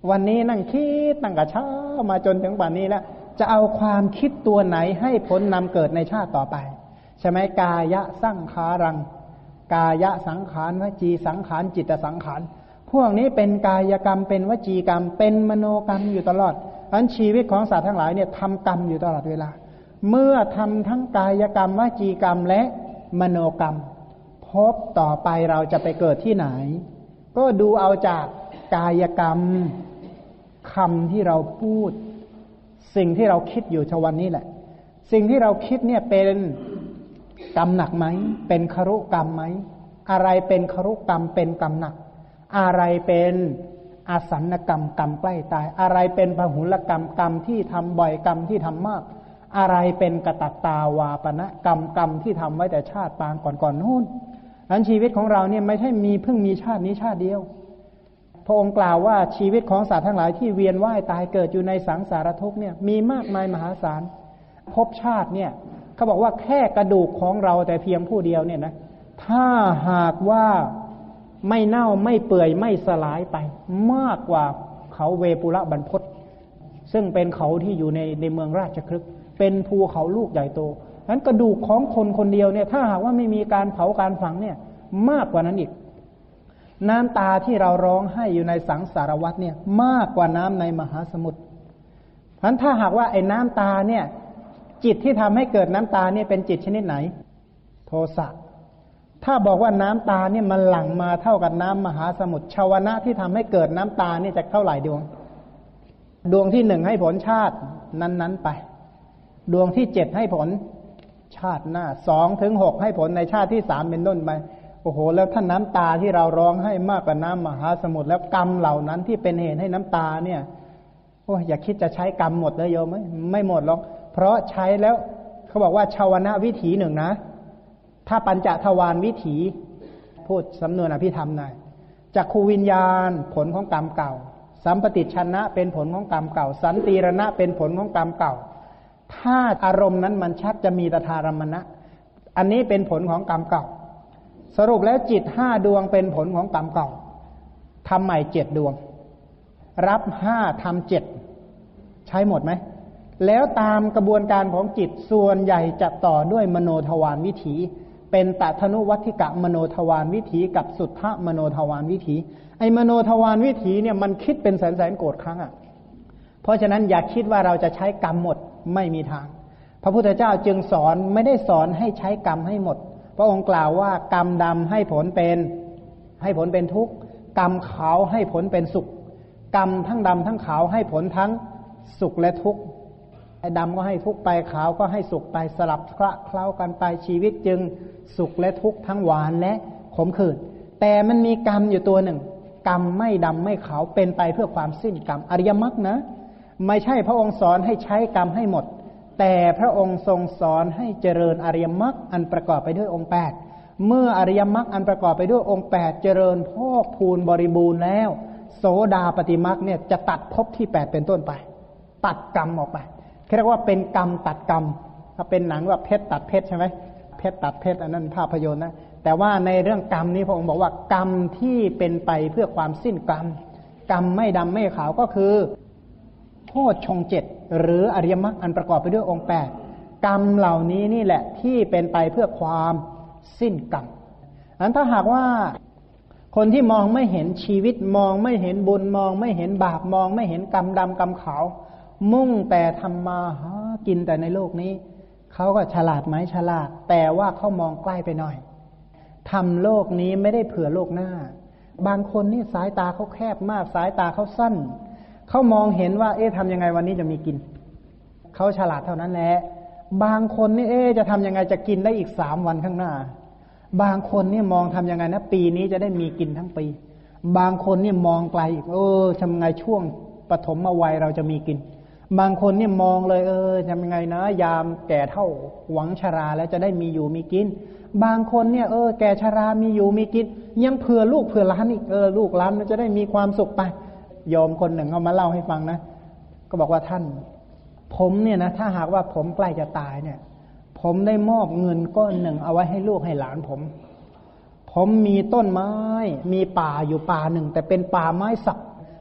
วันนี้นั่งคิดตั้งแต่เช้ามาจนถึงป่านนี้แล้วจะเอาความคิดตัวไหนให้ผลนำเกิดในชาติต่อไปใช่ไหมกายะสังขารังกายะสังขารวจีสังขารจิตสังขารพวกนี้เป็นกายกรรมเป็นวจีกรรมเป็นมโนกรรมอยู่ตลอดอันชีวิตของสัตว์ทั้งหลายเนี่ยทำกรรมอยู่ตลอดเวลาเมื่อทำทั้งกายกรรมวจีกรรมและมโนกรรมพบต่อไปเราจะไปเกิดที่ไหนก็ดูเอาจากกายกรรมคำที่เราพูดสิ่งที่เราคิดอยู่ชวันนี้แหละสิ่งที่เราคิดเนี่ยเป็นกรรมหนักไหมเป็นครุกรรมไหมอะไรเป็นครุกรรมเป็นกรรมหนักอะไรเป็นอาสันกรรมกรรมใกล้ตายอะไรเป็นพหุลกรรมกรรมที่ทำบ่อยกรรมที่ทำมากอะไรเป็นกตัตตาวาปณะกรรมกรรมที่ทำไว้แต่ชาติปางก่อนๆนู่นอันชีวิตของเราเนี่ยไม่ใช่มีเพิ่งมีชาตินี้ชาติเดียวพระองค์กล่าวว่าชีวิตของสัตว์ทั้งหลายที่เวียนว่ายตายเกิดอยู่ในสังสารทุกข์เนี่ยมีมากมายมหาศาลภพชาติเนี่ยเขาบอกว่าแค่กระดูกของเราแต่เพียงผู้เดียวเนี่ยนะถ้าหากว่าไม่เน่าไม่เปื่อยไม่สลายไปมากกว่าเขาเวปุระบรรพตซึ่งเป็นเขาที่อยู่ในในเมืองราชคฤห์เป็นภูเขาลูกใหญ่โตนั้นกระดูกของคนคนเดียวเนี่ยถ้าหากว่าไม่มีการเผาการฝังเนี่ยมากกว่านั้นอีกน้ำตาที่เราร้องให้อยู่ในสังสารวัฏเนี่ยมากกว่าน้ำในมหาสมุทรเพราะฉะนั้นถ้าหากว่าไอ้น้ำตาเนี่ยจิตที่ทำให้เกิดน้ำตาเนี่ยเป็นจิตชนิดไหนโทสะถ้าบอกว่าน้ำตาเนี่ยมันหลั่งมาเท่ากับน้ำมหาสมุทรชาวนะที่ทำให้เกิดน้ำตาเนี่ยจะเท่าไหร่ดวงดวงที่หนึ่งให้ผลชาตินั้นๆไปดวงที่เจ็ดให้ผลชาติหน้าสองถึงหกให้ผลในชาติที่สามเป็นต้นไปโอ้โหแล้วถ้าน้ำตาที่เราร้องให้มากกว่าน้ำมหาสมุทรแล้วกรรมเหล่านั้นที่เป็นเหตุให้น้ำตาเนี่ยโอ้อย่าคิดจะใช้กรรมหมดเลยโยมไหมไม่หมดหรอกเพราะใช้แล้วเขาบอกว่าชาวนะวิถีหนึ่งนะถ้าปัญจทวารวิถีพูดสำนวนอภิธรรมหน่อยจักขูวิญญาณผลของกรรมเก่าสัมปติชนะเป็นผลของกรรมเก่าสันติรณะเป็นผลของกรรมเก่าถ้าอารมณ์นั้นมันชัดจะมีตถารมณะอันนี้เป็นผลของกรรมเก่าสรุปแล้วจิตห้าดวงเป็นผลของกรรมเก่าทำใหม่เจ็ดดวงรับห้าทำเจ็ดใช้หมดไหมแล้วตามกระบวนการของจิตส่วนใหญ่จะต่อด้วยมโนทวารวิถีเป็นตถนุวัฏฐิกะมโนทวารวิถีกับสุทธะมโนทวารวิถีไอ้มโนทวารวิถีเนี่ยมันคิดเป็นแสนแสนโกรธครั้งอ่ะเพราะฉะนั้นอย่าคิดว่าเราจะใช้กรรมหมดไม่มีทางพระพุทธเจ้าจึงสอนไม่ได้สอนให้ใช้กรรมให้หมดพระองค์กล่าวว่ากรรมดำให้ผลเป็นให้ผลเป็นทุกข์กรรมขาวให้ผลเป็นสุขกรรมทั้งดำทั้งขาวให้ผลทั้งสุขและทุกข์ไอ้ดำก็ให้ทุกข์ไปขาวก็ให้สุขไปสลับคละเคล้ากันไปชีวิตจึงสุขและทุกข์ทั้งหวานและขมขื่นแต่มันมีกรรมอยู่ตัวหนึ่งกรรมไม่ดำไม่ขาวเป็นไปเพื่อความสิ้นกรรมอริยมรรคนะไม่ใช่พระองค์สอนให้ใช้กรรมให้หมดแต่พระองค์ทรงสอนให้เจริญอริยมรรคอันประกอบไปด้วยองค์แปดเมื่ออริยมรรคอันประกอบไปด้วยองค์แปดเจริญพอกพูนบริบูรณ์แล้วโสดาปัตติมรรคเนี่ยจะตัดภพที่แปดเป็นต้นไปตัดกรรมออกไปเรียกว่าเป็นกรรมตัดกรรมถ้าเป็นหนังว่าเพชรตัดเพชรใช่ไหมเพชรตัดเพชรอันนั้นภาพยนตร์นะแต่ว่าในเรื่องกรรมนี้พระองค์บอกว่ากรรมที่เป็นไปเพื่อความสิ้นกรรมกรรมไม่ดำไม่ขาวก็คือโพชฌงค์เจ็ดหรืออริยมรรคอันประกอบไปด้วยองค์แปดกรรมเหล่านี้นี่แหละที่เป็นไปเพื่อความสิ้นกรรมอันถ้าหากว่าคนที่มองไม่เห็นชีวิตมองไม่เห็นบุญมองไม่เห็นบาปมองไม่เห็นกรรมดำกรรมขาวมุ่งแต่ทำมาหากินแต่ในโลกนี้เขาก็ฉลาดไหมฉลาดแต่ว่าเขามองใกล้ไปหน่อยทำโลกนี้ไม่ได้เผื่อโลกหน้าบางคนนี่สายตาเขาแคบมากสายตาเขาสั้นเขามองเห็นว่าเอ๊ะทำยังไงวันนี้จะมีกินเขาฉลาดเท่านั้นแหละบางคนนี่เอ๊ะจะทำยังไงจะกินได้อีกสามวันข้างหน้าบางคนนี่มองทำยังไงนะปีนี้จะได้มีกินทั้งปีบางคนนี่มองไกลอีกเออทำยังไงช่วงปฐมวัยเราจะมีกินบางคนนี่มองเลยเออทำยังไงนะยามแก่เท่าหวังชราแล้วจะได้มีอยู่มีกินบางคนเนี่ยเออแก่ชรามีอยู่มีกินยังเผื่อลูกเผื่อหลานอีกเออลูกหลานมันจะได้มีความสุขไปโยมคนหนึ่งเขามาเล่าให้ฟังนะก็บอกว่าท่านผมเนี่ยนะถ้าหากว่าผมใกล้จะตายเนี่ยผมได้มอบเงินก้อนหนึ่งเอาไว้ให้ลูกให้หลานผมผมมีต้นไม้มีป่าอยู่ป่าหนึ่งแต่เป็นป่าไม้สัก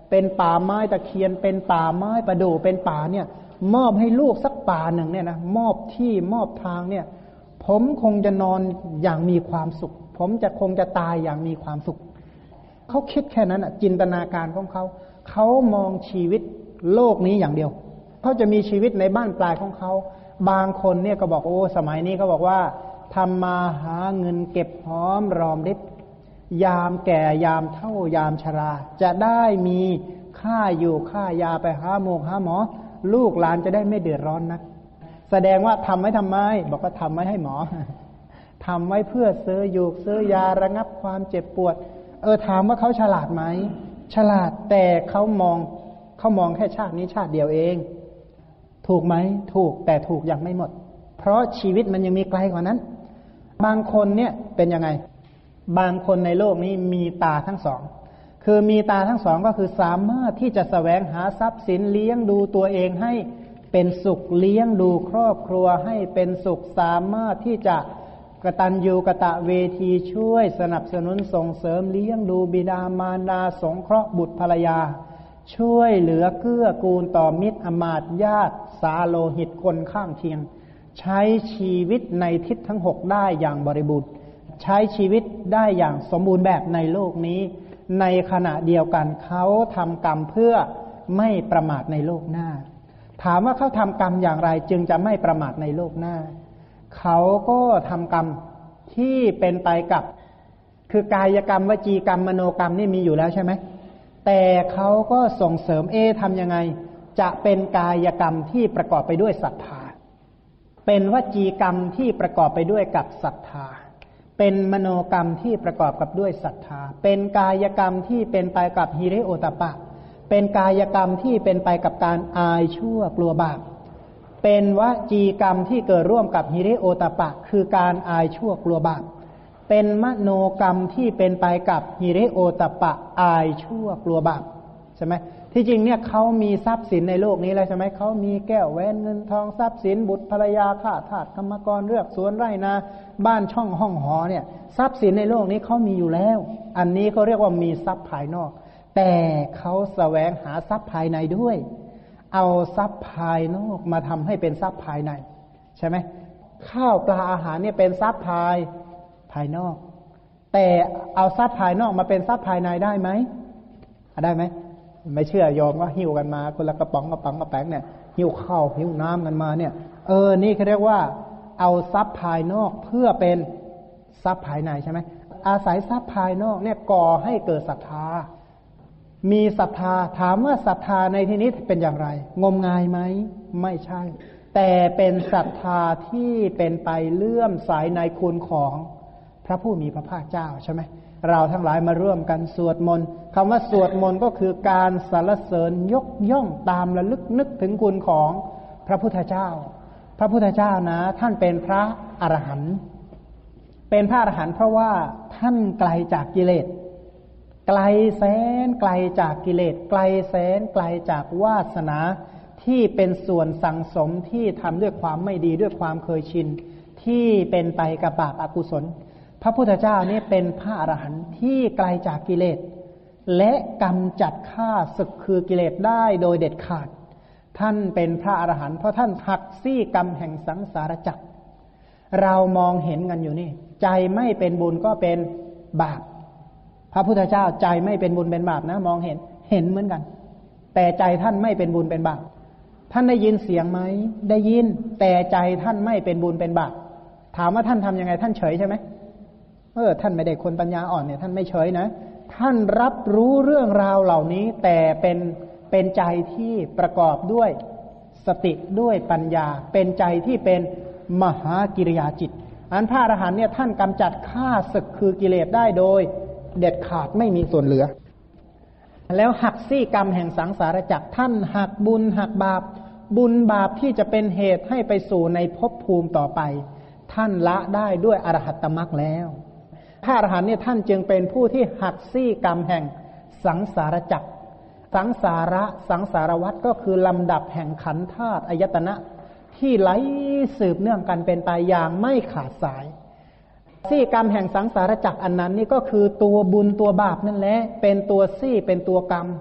เป็นป่าไม้ตะเคียนเป็นป่าไม้ประดู่เป็นป่าเนี่ยมอบให้ลูกสักป่าหนึ่งเนี่ยนะมอบที่มอบทางเนี่ยผมคงจะนอนอย่างมีความสุขผมจะคงจะตายอย่างมีความสุขเขาคิดแค่นั้นอ่ะจินตนาการของเขาเขามองชีวิตโลกนี้อย่างเดียวเขาจะมีชีวิตในบ้านปลายของเขาบางคนเนี่ยก็บอกโอ้สมัยนี้เขาบอกว่าทำมาหาเงินเก็บหอมรอมริบยามแก่ยามเฒ่ายามชราจะได้มีค่าอยู่ค่ายาไปหาหมอหาหมอลูกหลานจะได้ไม่เดือดร้อนนักแสดงว่าทำไว้ทำไมบอกว่าทำไว้ให้หมอทำไว้เพื่อซื้ออยู่ซื้อยาระงับความเจ็บปวดเออถามว่าเขาฉลาดไหมฉลาดแต่เขามองเขามองแค่ชาตินี้ชาติเดียวเองถูกไหมถูกแต่ถูกยังไม่หมดเพราะชีวิตมันยังมีไกลกว่านั้นบางคนเนี่ยเป็นยังไงบางคนในโลกนี้มีตาทั้งสองคือมีตาทั้งสองก็คือสามารถที่จะแสวงหาทรัพย์สินเลี้ยงดูตัวเองให้เป็นสุขเลี้ยงดูครอบครัวให้เป็นสุขสามารถที่จะกตัญญูกตเวทีช่วยสนับสนุนส่งเสริมเลี้ยงดูบิดามารดาสงเคราะห์บุตรภรรยาช่วยเหลือเกื้อกูลต่อมิตรอมาตย์ญาติสาโลหิตคนข้างเคียงใช้ชีวิตในทิศทั้งหกได้อย่างบริบูรณ์ใช้ชีวิตได้อย่างสมบูรณ์แบบในโลกนี้ในขณะเดียวกันเขาทำกรรมเพื่อไม่ประมาทในโลกหน้าถามว่าเขาทำกรรมอย่างไรจึงจะไม่ประมาทในโลกหน้าเขาก็ทำกรรมที่เป็นไปกับคือกายกรรมวจีกรรมมโนกรรมนี่มีอยู่แล้วใช่ไหมแต่เขาก็ส่งเสริมเอทำยังไงจะเป็นกายกรรมที่ประกอบไปด้วยศรัทธาเป็นวจีกรรมที่ประกอบไปด้วยกับศรัทธาเป็นมโนกรรมที่ประกอบกับด้วยศรัทธาเป็นกายกรรมที่เป็นไปกับหิริโอตปะเป็นกายกรรมที่เป็นไปกับการอายชั่วกลัวบาปเป็นวจีกรรมที่เกิดร่วมกับหิริโอตปะคือการอายชั่วกลัวบาปเป็นมโนกรรมที่เป็นไปกับหิริโอตปะอายชั่วกลัวบาปใช่ไหมที่จริงเนี่ยเขามีทรัพย์สินในโลกนี้แล้วใช่ไหมเขามีแก้วแหวนเงินทองทรัพย์สินบุตรภรรยาข้าทาสกรรมกรเลือกสวนไร่นาบ้านช่องห้องหอเนี่ยทรัพย์สินในโลกนี้เขามีอยู่แล้วอันนี้เขาเรียกว่ามีทรัพย์ภายนอกแต่เขาแสวงหาทรัพย์ภายในด้วยเอาทรัพย์ภายนอกมาทำให้เป็นทรัพย์ภายในใช่ไหมข้าวปลาอาหารเนี่ยเป็นทรัพย์ภายภายนอกแต่เอาทรัพย์ภายนอกมาเป็นทรัพย์ภายในได้ไหมได้ไหมไม่เชื่อยอมก็หิ้วกันมาคนละกระป๋องกระป๋องกระแป้งเนี่ยหิ้วข้าวหิ้วน้ำกันมาเนี่ยเออนี่เขาเรียกว่าเอาทรัพย์ภายนอกเพื่อเป็นทรัพย์ภายในใช่ไหมอาศัยทรัพย์ภายนอกเนี่ยก่อให้เกิดศรัทธามีศรัทธาถามว่าศรัทธาในที่นี้เป็นอย่างไรงมงายไหมไม่ใช่แต่เป็นศรัทธาที่เป็นไปเลื่อมใสในคุณของพระผู้มีพระภาคเจ้าใช่ไหมเราทั้งหลายมาร่วมกันสวดมนต์คำว่าสวดมนต์ก็คือการสรรเสริญยกย่องตามระลึกนึกถึงคุณของพระพุทธเจ้าพระพุทธเจ้านะท่านเป็นพระอรหันต์เป็นพระอรหันต์เพราะว่าท่านไกลจากกิเลสไกลแสนไกลจากกิเลสไกลแสนไกลจากวาสนาที่เป็นส่วนสังสมที่ทำด้วยความไม่ดีด้วยความเคยชินที่เป็นไปกับบาปอกุศลพระพุทธเจ้านี่เป็นพระอรหันต์ที่ไกลจากกิเลสและกำจัดฆ่าศึกคือกิเลสได้โดยเด็ดขาดท่านเป็นพระอรหันต์เพราะท่านหักซี่กรรมแห่งสังสารวัฏเรามองเห็นกันอยู่นี่ใจไม่เป็นบุญก็เป็นบาปพระพุทธเจ้าใจไม่เป็นบุญเป็นบาปนะมองเห็นเห็นเหมือนกันแต่ใจท่านไม่เป็นบุญเป็นบาปท่านได้ยินเสียงไหมได้ยินแต่ใจท่านไม่เป็นบุญเป็นบาปถามว่าท่านทำยังไงท่านเฉยใช่ไหมเออท่านไม่ได้คนปัญญาอ่อนเนี่ยท่านไม่เฉยนะท่านรับรู้เรื่องราวเหล่านี้แต่เป็นเป็นใจที่ประกอบด้วยสติด้วยปัญญาเป็นใจที่เป็นมหากิริยาจิตอันพระอรหันต์เนี่ยท่านกำจัดฆ่าศึกคือกิเลสได้โดยเด็ดขาดไม่มีส่วนเหลือแล้วหักซี่กรรมแห่งสังสารวัฏท่านหักบุญหักบาปบุญบาปที่จะเป็นเหตุให้ไปสู่ในภพภูมิต่อไปท่านละได้ด้วยอรหัตตมรรคแล้วพระอรหันต์เนี่ยท่านจึงเป็นผู้ที่หักซี่กรรมแห่งสังสารวัฏสังสาระสังสารวัฏก็คือลำดับแห่งขันธ์ธาตุอายตนะที่ไหลสืบเนื่องกันเป็นไปอย่างไม่ขาดสายซี่กรรมแห่งสังสารวัฏอันนั้นนี่ก็คือตัวบุญตัวบาปนั่นแหละเป็นตัวซี่เป็นตัวกรรม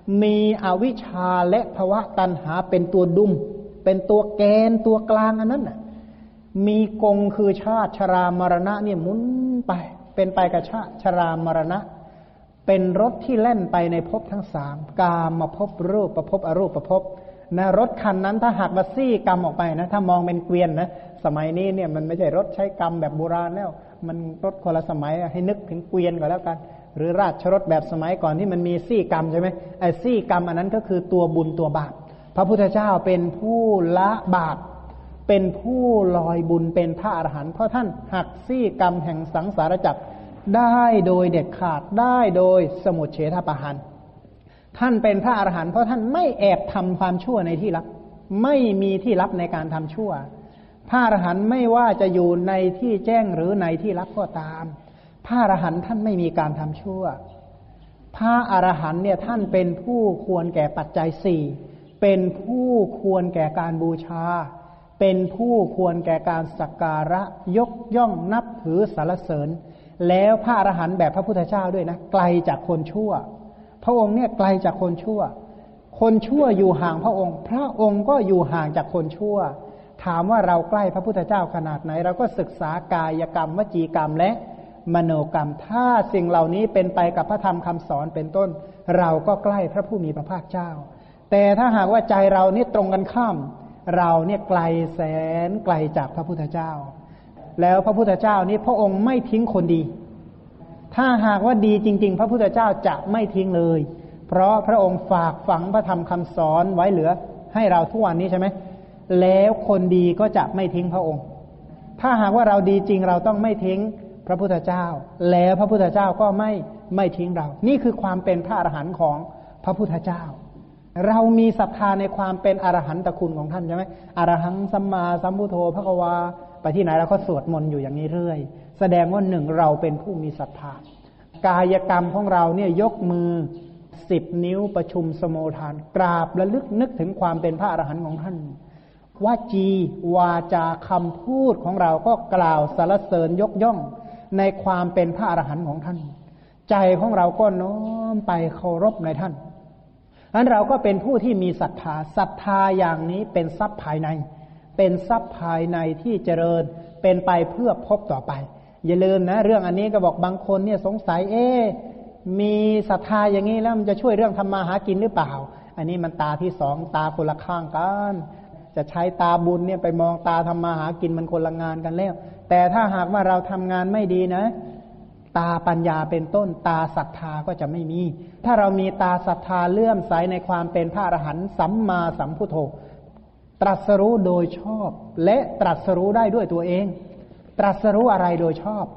มีอวิชชาและภวตัณหาเป็นตัวดุมเป็นตัวแกนตัวกลางอันนั้นน่ะมีกงคือชาติชรามรณะเนี่ยหมุนไปเป็นไปกับชาติชรามรณะเป็นรถที่แล่นไปในภพทั้งสามกามมาภพรูปประภพอรูปประภพนะรถคันนั้นถ้าหากว่าซี่กรรมออกไปนะถ้ามองเป็นเกวียนนะสมัยนี้เนี่ยมันไม่ใช่รถใช้กรรมแบบโบราณแล้วมันรถคนละสมัยให้นึกถึงเกวียนก็แล้วกันหรือราชรถแบบสมัยก่อนที่มันมีซี่กรรมใช่ไหมไอ้ซี่กรรมอันนั้นก็คือตัวบุญตัวบาปพระพุทธเจ้าเป็นผู้ละบาปเป็นผู้ลอยบุญเป็นพระอรหันต์เพราะท่านหักซี่กรรมแห่งสังสารวัฏได้โดยเด็ดขาดได้โดยสมุจเฉทปหานท่านเป็นพระอรหันต์เพราะท่านไม่แอบทำความชั่วในที่ลับไม่มีที่ลับในการทำชั่วพระอรหันต์ไม่ว่าจะอยู่ในที่แจ้งหรือในที่ลับก็ตามพระอรหันต์ท่านไม่มีการทำชั่วพระอรหันต์เนี่ยท่านเป็นผู้ควรแก่ปัจจัยสี่เป็นผู้ควรแก่การบูชาเป็นผู้ควรแก่การสักการะยกย่องนับถือสรรเสริญแล้วพระอรหันต์แบบพระพุทธเจ้าด้วยนะไกลจากคนชั่วพระองค์เนี่ยไกลจากคนชั่วคนชั่วอยู่ห่างพระองค์พระองค์ก็อยู่ห่างจากคนชั่วถามว่าเราใกล้พระพุทธเจ้าขนาดไหนเราก็ศึกษากายกรรมวจีกรรมและมโนกรรมถ้าสิ่งเหล่านี้เป็นไปกับพระธรรมคำสอนเป็นต้นเราก็ใกล้พระผู้มีพระภาคเจ้าแต่ถ้าหากว่าใจเรานี่ตรงกันข้ามเราเนี่ยไกลแสนไกลจากพระพุทธเจ้าแล้วพระพุทธเจ้านี่พระองค์ไม่ทิ้งคนดีถ้าหากว่าดีจริงๆพระพุทธเจ้าจะไม่ทิ้งเลยเพราะพระองค์ฝากฝังพระธรรมคำสอนไว้เหลือให้เราทุกวันนี้ใช่ไหมแล้วคนดีก็จะไม่ทิ้งพระองค์ถ้าหากว่าเราดีจริงเราต้องไม่ทิ้งพระพุทธเจ้าแล้วพระพุทธเจ้าก็ไม่ไม่ทิ้งเรานี่คือความเป็นพระอรหันต์ของพระพุทธเจ้าเรามีศรัทธาในความเป็นอรหันตคุณของท่านใช่ไหมอรหังสัมมาสัมพุทโธภควาไปที่ไหนเราก็สวดมนต์อยู่อย่างนี้เรื่อยแสดงว่าหนึ่งเราเป็นผู้มีศรัทธากายกรรมของเราเนี่ยยกมือสิบนิ้วประชุมสโมทานกราบระลึกนึกถึงความเป็นพระอรหันต์ของท่านวจีวาจาคำพูดของเราก็กล่าวสรรเสริญยกย่องในความเป็นพระอรหันต์ของท่านใจของเราก็น้อมไปเคารพในท่านอันเราก็เป็นผู้ที่มีศรัทธาศรัทธาอย่างนี้เป็นทรัพย์ภายในเป็นทรัพย์ภายในที่เจริญเป็นไปเพื่อพบต่อไปอย่าลืมนะเรื่องอันนี้ก็บอกบางคนเนี่ยสงสัยเอ๊ะมีศรัทธาอย่างนี้แล้วมันจะช่วยเรื่องทำมาหากินหรือเปล่าอันนี้มันตาที่สองตาคนละข้างกันจะใช้ตาบุญเนี่ยไปมองตาทำมาหากินมันคนละงานกันแล้วแต่ถ้าหากว่าเราทำงานไม่ดีนะตาปัญญาเป็นต้นตาศรัทธาก็จะไม่มีถ้าเรามีตาศรัทธาเลื่อมใสในความเป็นพระอรหันต์สัมมาสัมพุทโธตรัสรู้โดยชอบและตรัสรู้ได้ด้วยตัวเองตรัสรู้อะไรโดยชอบ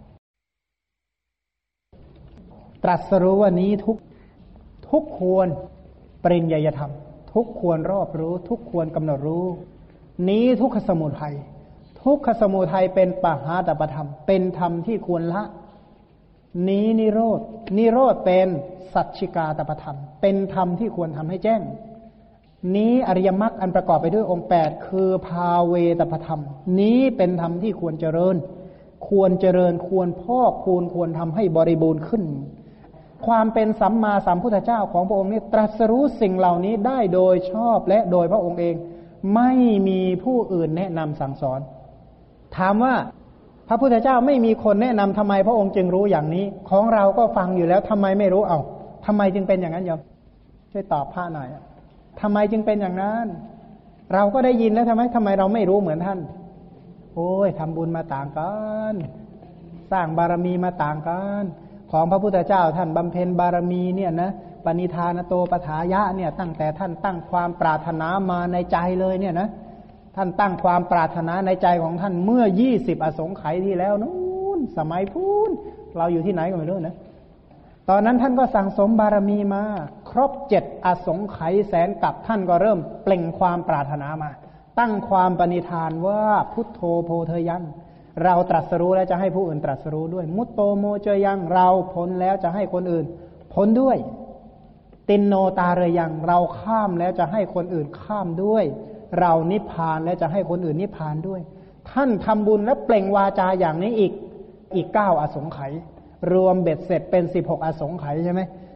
ตรัสรู้ว่านี้ทุกทุกควรปริญญาธรรมทุกควรรอบรู้ทุกควรกำหนดรู้นี้ทุกขสมุทัยทุกขสมุทัยเป็นปหาตปธรรมเป็นธรรมที่ควรละนี้นิโรธนิโรธเป็นสัจฉิกาตปธรรมเป็นธรรมที่ควรทำให้แจ้งนี้อริยมรรคอันประกอบไปด้วยองค์แปดคือภาเวตปธรรมนี้เป็นธรรมที่ควรเจริญควรเจริญควรพอกควรควรทำให้บริบูรณ์ขึ้นความเป็นสัมมาสัมพุทธเจ้าของพระองค์นี้ตรัสรู้สิ่งเหล่านี้ได้โดยชอบและโดยพระองค์เองไม่มีผู้อื่นแนะนำสั่งสอนถามว่าพระพุทธเจ้าไม่มีคนแนะนำทำไมพระองค์จึงรู้อย่างนี้ของเราก็ฟังอยู่แล้วทำไมไม่รู้เอาทำไมจึงเป็นอย่างนั้นโยมช่วยตอบพระหน่อยทำไมจึงเป็นอย่างนั้นเราก็ได้ยินแล้วทำไมทำไมเราไม่รู้เหมือนท่านโอ้ยทำบุญมาต่างกันสร้างบารมีมาต่างกันของพระพุทธเจ้าท่านบำเพ็ญบารมีเนี่ยนะปณิธานโตปถายะเนี่ยตั้งแต่ท่านตั้งความปรารถนามาในใจเลยเนี่ยนะท่านตั้งความปรารถนาในใจของท่านเมื่อยี่สิบอสงไขยที่แล้วนู้นสมัยพูนเราอยู่ที่ไหนก็ไม่รู้นะตอนนั้นท่านก็สั่งสมบารมีมาครบเจ็ดอสงไขยแสนกับท่านก็เริ่มเปล่งความปรารถนามาตั้งความปณิธานว่าพุทโธโพเทยันเราตรัสรู้แล้วจะให้ผู้อื่นตรัสรู้ด้วยมุตโตโมเจยังเราพ้นแล้วจะให้คนอื่นพ้นด้วยตินโนตาเรยังเราข้ามแล้วจะให้คนอื่นข้ามด้วยเรานิพพานแล้วจะให้คนอื่นนิพพานด้วยท่านทำบุญและเปล่งวาจาอย่างนี้อีกอีกเก้าอสงไขยรวมเบ็ดเสร็จเป็นสิบหกอสงไขยใช่ไหม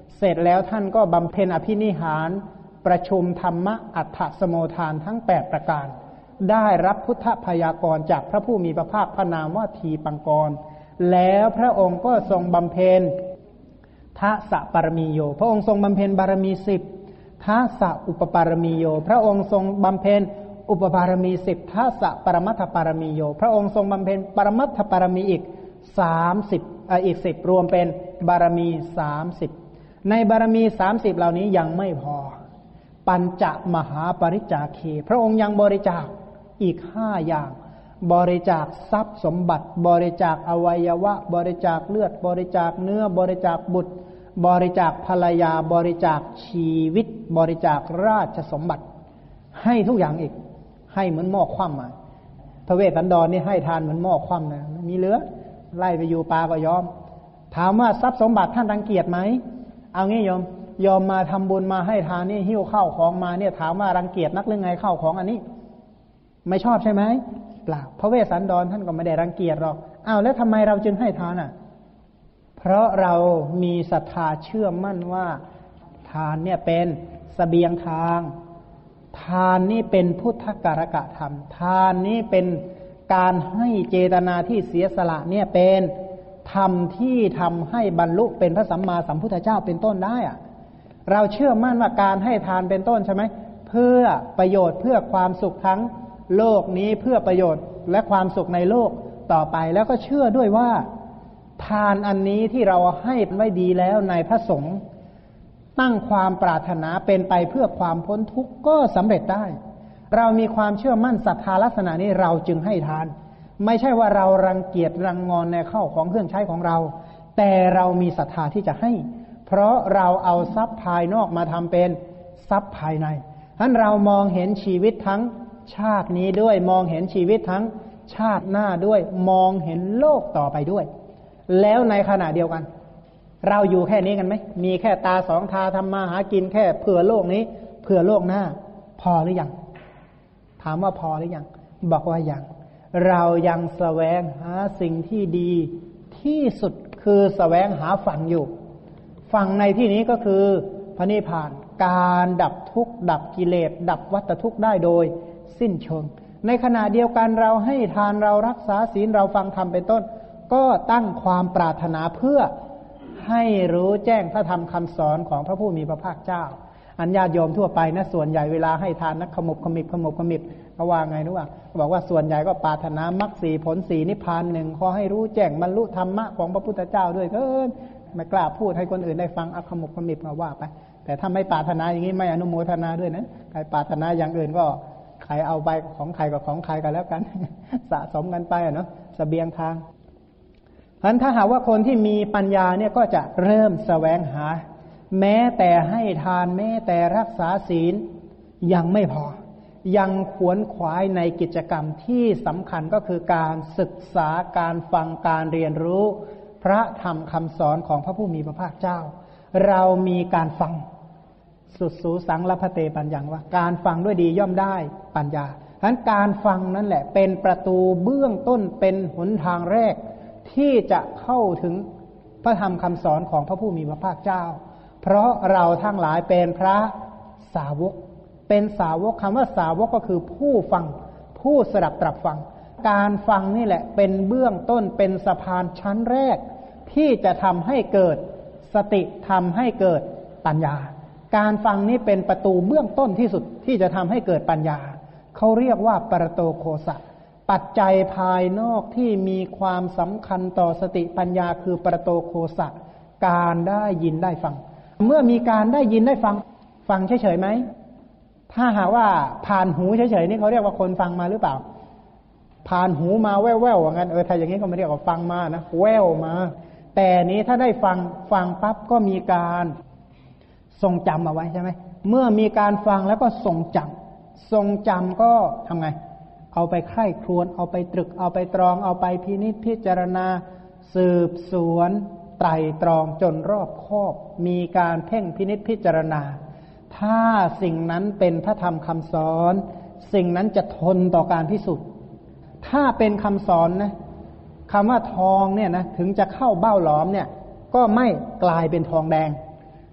เสร็จแล้วท่านก็บำเพ็ญอภินิหารประชุมธรรมะอัฏฐสโมทานทั้งแปดประการได้รับพุทธพยากรณ์จากพระผู้มีพระภาคพระนามว่าทีปังกรแล้วพระองค์ก็ทรงบำเพ็ญทัสสะปรมีโยพระองค์ทรงบำเพ็ญบารมีสิบทัสสะอุปปารมีโยพระองค์ทรงบำเพ็ญอุปปารมีสิบทัสสะปรมัตถปารมีโยพระองค์ทรงบำเพ็ญปรมัตถปารมีอีกสามสิบอีกสิบรวมเป็นบารมีสามสิบในบารมีสามสิบเหล่านี้ยังไม่พอปัญจมหาปริจาคีพระองค์ยังบริจาคอีกห้าอย่างบริจาคทรัพย์สมบัติบริจาคอวัยวะบริจาคเลือดบริจาคเนื้อบริจาคบุตรบริจาคภรรยาบริจาคชีวิตบริจาคราชสมบัติให้ทุกอย่างอีกให้เหมือนหม้อคว่ำมาพระเวสสันดรนี่ให้ทานเหมือนหม้อคว่ำนะไม่มีเหลือไล่ไปอยู่ปลาก็ยอมถามว่าทรัพย์สมบัติท่านรังเกียจไหมเอางี้โยมยอมมาทำบุญมาให้ทานนี่หิ้วข้าวของมาเนี่ยถามว่ารังเกียจนักหรือไงข้าวของอันนี้ไม่ชอบใช่ไหมเปล่าพระเวสสันดรท่านก็ไม่ได้รังเกียจหรอกอ้าวแล้วทำไมเราจึงให้ทานอ่ะเพราะเรามีศรัทธาเชื่อมั่นว่าทานเนี่ยเป็นเสบียงทางทานนี่เป็นพุทธการกะธรรมทานนี่เป็นการให้เจตนาที่เสียสละเนี่ยเป็นธรรมที่ทำให้บรรลุเป็นพระสัมมาสัมพุทธเจ้าเป็นต้นได้อะเราเชื่อมั่นว่าการให้ทานเป็นต้นใช่ไหมเพื่อประโยชน์เพื่อความสุขทั้งโลกนี้เพื่อประโยชน์และความสุขในโลกต่อไปแล้วก็เชื่อด้วยว่าทานอันนี้ที่เราให้ไว้ดีแล้วในพระสงฆ์ตั้งความปรารถนาเป็นไปเพื่อความพ้นทุกข์ก็สำเร็จได้เรามีความเชื่อมั่นศรัทธาลักษณะนี้เราจึงให้ทานไม่ใช่ว่าเรารังเกียจรังงอนในข้าวของเครื่องใช้ของเราแต่เรามีศรัทธาที่จะให้เพราะเราเอาทรัพย์ภายนอกมาทำเป็นทรัพย์ภายในฉะนั้นเรามองเห็นชีวิตทั้งชาตินี้ด้วยมองเห็นชีวิตทั้งชาติหน้าด้วยมองเห็นโลกต่อไปด้วยแล้วในขณะเดียวกันเราอยู่แค่นี้กันไหมมีแค่ตาสองตาทำมาหากินแค่เผื่อโลกนี้เผื่อโลกหน้าพอหรือยังถามว่าพอหรือยังบอกว่ายังเรายังแสวงหาสิ่งที่ดีที่สุดคือแสวงหาฝั่งอยู่ฝั่งในที่นี้ก็คือพระนิพพานการดับทุกข์ดับกิเลสดับวัฏทุกข์ได้โดยสิ้นเชิงในขณะเดียวกันเราให้ทานเรารักษาศีลเราฟังธรรมเป็นต้นก็ตั้งความปรารถนาเพื่อให้รู้แจ้งพระธรรมคำสอนของพระผู้มีพระภาคเจ้าอันญาติโยมทั่วไปนะส่วนใหญ่เวลาให้ทานนักขมุบขมิบขมุบขมิบเขาว่าไงรู้ป่ะบอกว่าส่วนใหญ่ก็ปรารถนามรรคสี่ผลสี่นิพพานหนึ่งขอให้รู้แจ้งบรรลุธรรมะของพระพุทธเจ้าด้วยเถิดไม่กล้าพูดให้คนอื่นได้ฟังอักขมุบขมิบมาว่าไปแต่ถ้าไม่ปรารถนาอย่างนี้ไม่อนุโมทนาด้วยนะใครปรารถนาอย่างอื่นก็ใครเอาไปของใครกับของใครกันแล้วกันสะสมกันไปอ่ะเนาะเสบียงทางเพราะฉะนั้นถ้าหากว่าคนที่มีปัญญาเนี่ยก็จะเริ่มแสวงหาแม้แต่ให้ทานแม้แต่รักษาศีลยังไม่พอยังขวนขวายในกิจกรรมที่สำคัญก็คือการศึกษาการฟังการเรียนรู้พระธรรมคำสอนของพระผู้มีพระภาคเจ้าเรามีการฟังสุดสูสังลพเตปัญญังว่าการฟังด้วยดีย่อมได้ปัญญาฉะนั้นการฟังนั่นแหละเป็นประตูเบื้องต้นเป็นหนทางแรกที่จะเข้าถึงพระธรรมคำสอนของพระผู้มีพระภาคเจ้าเพราะเราทั้งหลายเป็นพระสาวกเป็นสาวกคำว่าสาวกก็คือผู้ฟังผู้สดับตรับฟังการฟังนี่แหละเป็นเบื้องต้นเป็นสะพานชั้นแรกที่จะทำให้เกิดสติทำให้เกิดปัญญาการฟังนี้เป็นประตูเบื้องต้นที่สุดที่จะทำให้เกิดปัญญาเขาเรียกว่าปรโตโคสะปัจจัยภายนอกที่มีความสำคัญต่อสติปัญญาคือปรโตโคสะการได้ยินได้ฟังเมื่อมีการได้ยินได้ฟังฟังเฉยๆไหมถ้าหากว่าผ่านหูเฉยๆนี่เขาเรียกว่าคนฟังมาหรือเปล่าผ่านหูมาแว่วๆว่างั้นเออถ้าอย่างนี้ก็ไม่เรียกว่าฟังมานะแว่วมาแต่นี้ถ้าได้ฟังฟังปั๊บก็มีการทรงจำเอาไว้ใช่ไหมเมื่อมีการฟังแล้วก็ทรงจำทรงจำก็ทำไงเอาไปใคร่ครวญเอาไปตรึกเอาไปตรองเอาไปพินิจพิจารณาสืบสวนไตร่ตรองจนรอบคอบมีการเพ่งพินิจพิจารณาถ้าสิ่งนั้นเป็นพระธรรมคำสอนสิ่งนั้นจะทนต่อการพิสูจน์ถ้าเป็นคำสอนนะคำว่าทองเนี่ยนะถึงจะเข้าเบ้าหลอมเนี่ยก็ไม่กลายเป็นทองแดง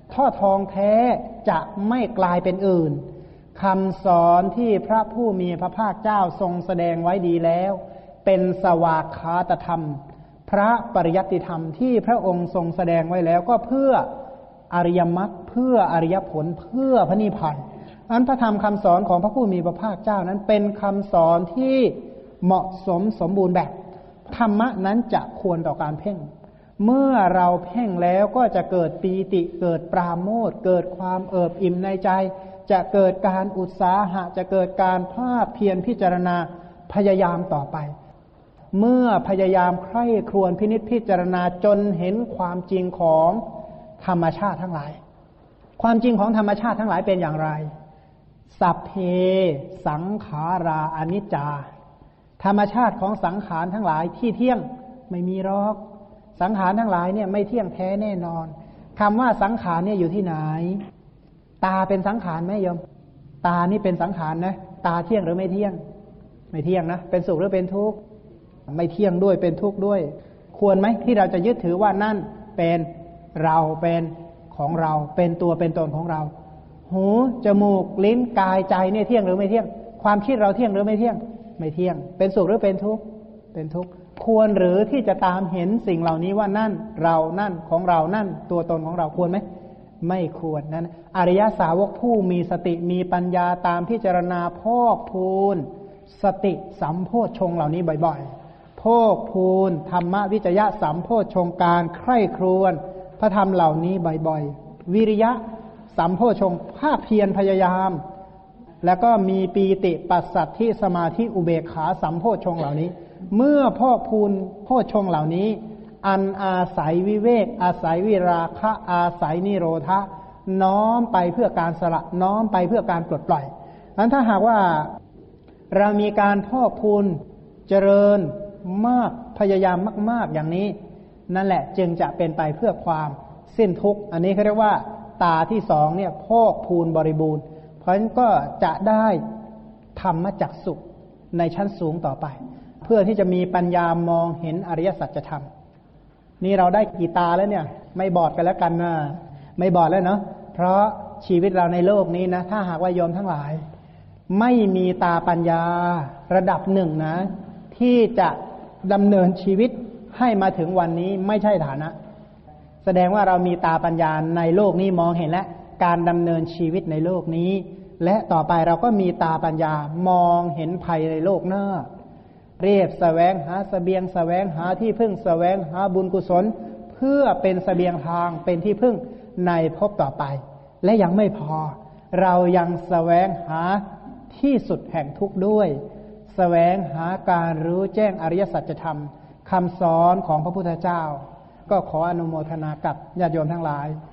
ท่อทองแท้จะไม่กลายเป็นอื่นคำสอนที่พระผู้มีพระภาคเจ้าทรงแสดงไว้ดีแล้วเป็นสวากขาตธรรมพระปริยัติธรรมที่พระองค์ทรงแสดงไว้แล้วก็เพื่ออริยมรรคเพื่ออริยผลเพื่อพระนิพพานอันพระธรรมคำสอนของพระผู้มีพระภาคเจ้านั้นเป็นคำสอนที่เหมาะสมสมบูรณ์แบบธรรมะนั้นจะควรต่อการเพ่งเมื่อเราเพ่งแล้วก็จะเกิดปีติเกิดปราโมทย์เกิดความเอิบอิ่มในใจจะเกิดการอุตสาหะจะเกิดการภาคเพียรพิจารณาพยายามต่อไปเมื่อพยายามใคร่ครวญพินิจพิจารณาจนเห็นความจริงของธรรมชาติทั้งหลายความจริงของธรรมชาติทั้งหลายเป็นอย่างไรสัพเพสังขาราอนิจจาธรรมชาติของสังขารทั้งหลายที่เที่ยงไม่มีหรอกสังขารทั้งหลายเนี่ยไม่เที่ยงแท้แน่นอนคำว่าสังขารเนี่ยอยู่ที่ไหนตาเป็นสังขารไหมโยมตานี่เป็นสังขารนะตาเที่ยงหรือไม่เที่ยงไม่เที่ยงนะเป็นสุขหรือเป็นทุกข์ไม่เที่ยงด้วยเป็นทุกข์ด้วยควรไหมที่เราจะยึดถือว่านั่นเป็นเราเป็นของเราเป็นตัวเป็นตนของเราหูจมูกลิ้นกายใจเนี่ยเที่ยงหรือไม่เที่ยงความคิดเราเที่ยงหรือไม่เที่ยงไม่เที่ยงเป็นสุขหรือเป็นทุกข์เป็นทุกข์ควรหรือที่จะตามเห็นสิ่งเหล่านี้ว่านั่นเรานั่นของเรานั่นตัวตนของเราควรไหมไม่ควรนั้นอริยสาวกผู้มีสติมีปัญญาตามพิจารณาพอกพูนสติสัมโพชฌงค์เหล่านี้บ่อยๆพอกพูนธรรมวิจยะสัมโพชฌงค์การใคร่ครวญพระธรรมเหล่านี้บ่อยๆวิริยะสัมโพชฌงค์ภาคเพียรพยายามแล้วก็มีปีติปัสสัทธิสมาธิอุเบกขาสัมโพชฌงค์เหล่านี้เมื่อพอกพูนโพชฌงค์เหล่านี้อันอาศัยวิเวกอาศัยวิราคะอาศัยนิโรธะน้อมไปเพื่อการสละน้อมไปเพื่อการปลดปล่อยนั้นถ้าหากว่าเรามีการพอกพูนเจริญมากพยายามมากๆอย่างนี้นั่นแหละจึงจะเป็นไปเพื่อความสิ้นทุกข์อันนี้เขาเรียกว่าตาที่สองเนี่ยพอกพูนบริบูรณ์เพราะฉะนั้นก็จะได้ธรรมจักษุในชั้นสูงต่อไปเพื่อที่จะมีปัญญามองเห็นอริยสัจธรรมนี่เราได้กี่ตาแล้วเนี่ยไม่บอดกันแล้วกันนะไม่บอดแล้วเนาะเพราะชีวิตเราในโลกนี้นะถ้าหากว่าโยมทั้งหลายไม่มีตาปัญญาระดับหนึ่งนะที่จะดำเนินชีวิตให้มาถึงวันนี้ไม่ใช่ฐานะแสดงว่าเรามีตาปัญญาในโลกนี้มองเห็นและการดำเนินชีวิตในโลกนี้และต่อไปเราก็มีตาปัญญามองเห็นภัยในโลกหน้าเรียบแสวงหาเสบียงแสวงหาที่พึ่งแสวงหาบุญกุศลเพื่อเป็นเสบียงทางเป็นที่พึ่งในภพต่อไปและยังไม่พอเรายังแสวงหาที่สุดแห่งทุกข์ด้วยแสวงหาการรู้แจ้งอริยสัจธรรมคำสอนของพระพุทธเจ้าก็ขออนุโมทนากับญาติโยมทั้งหลาย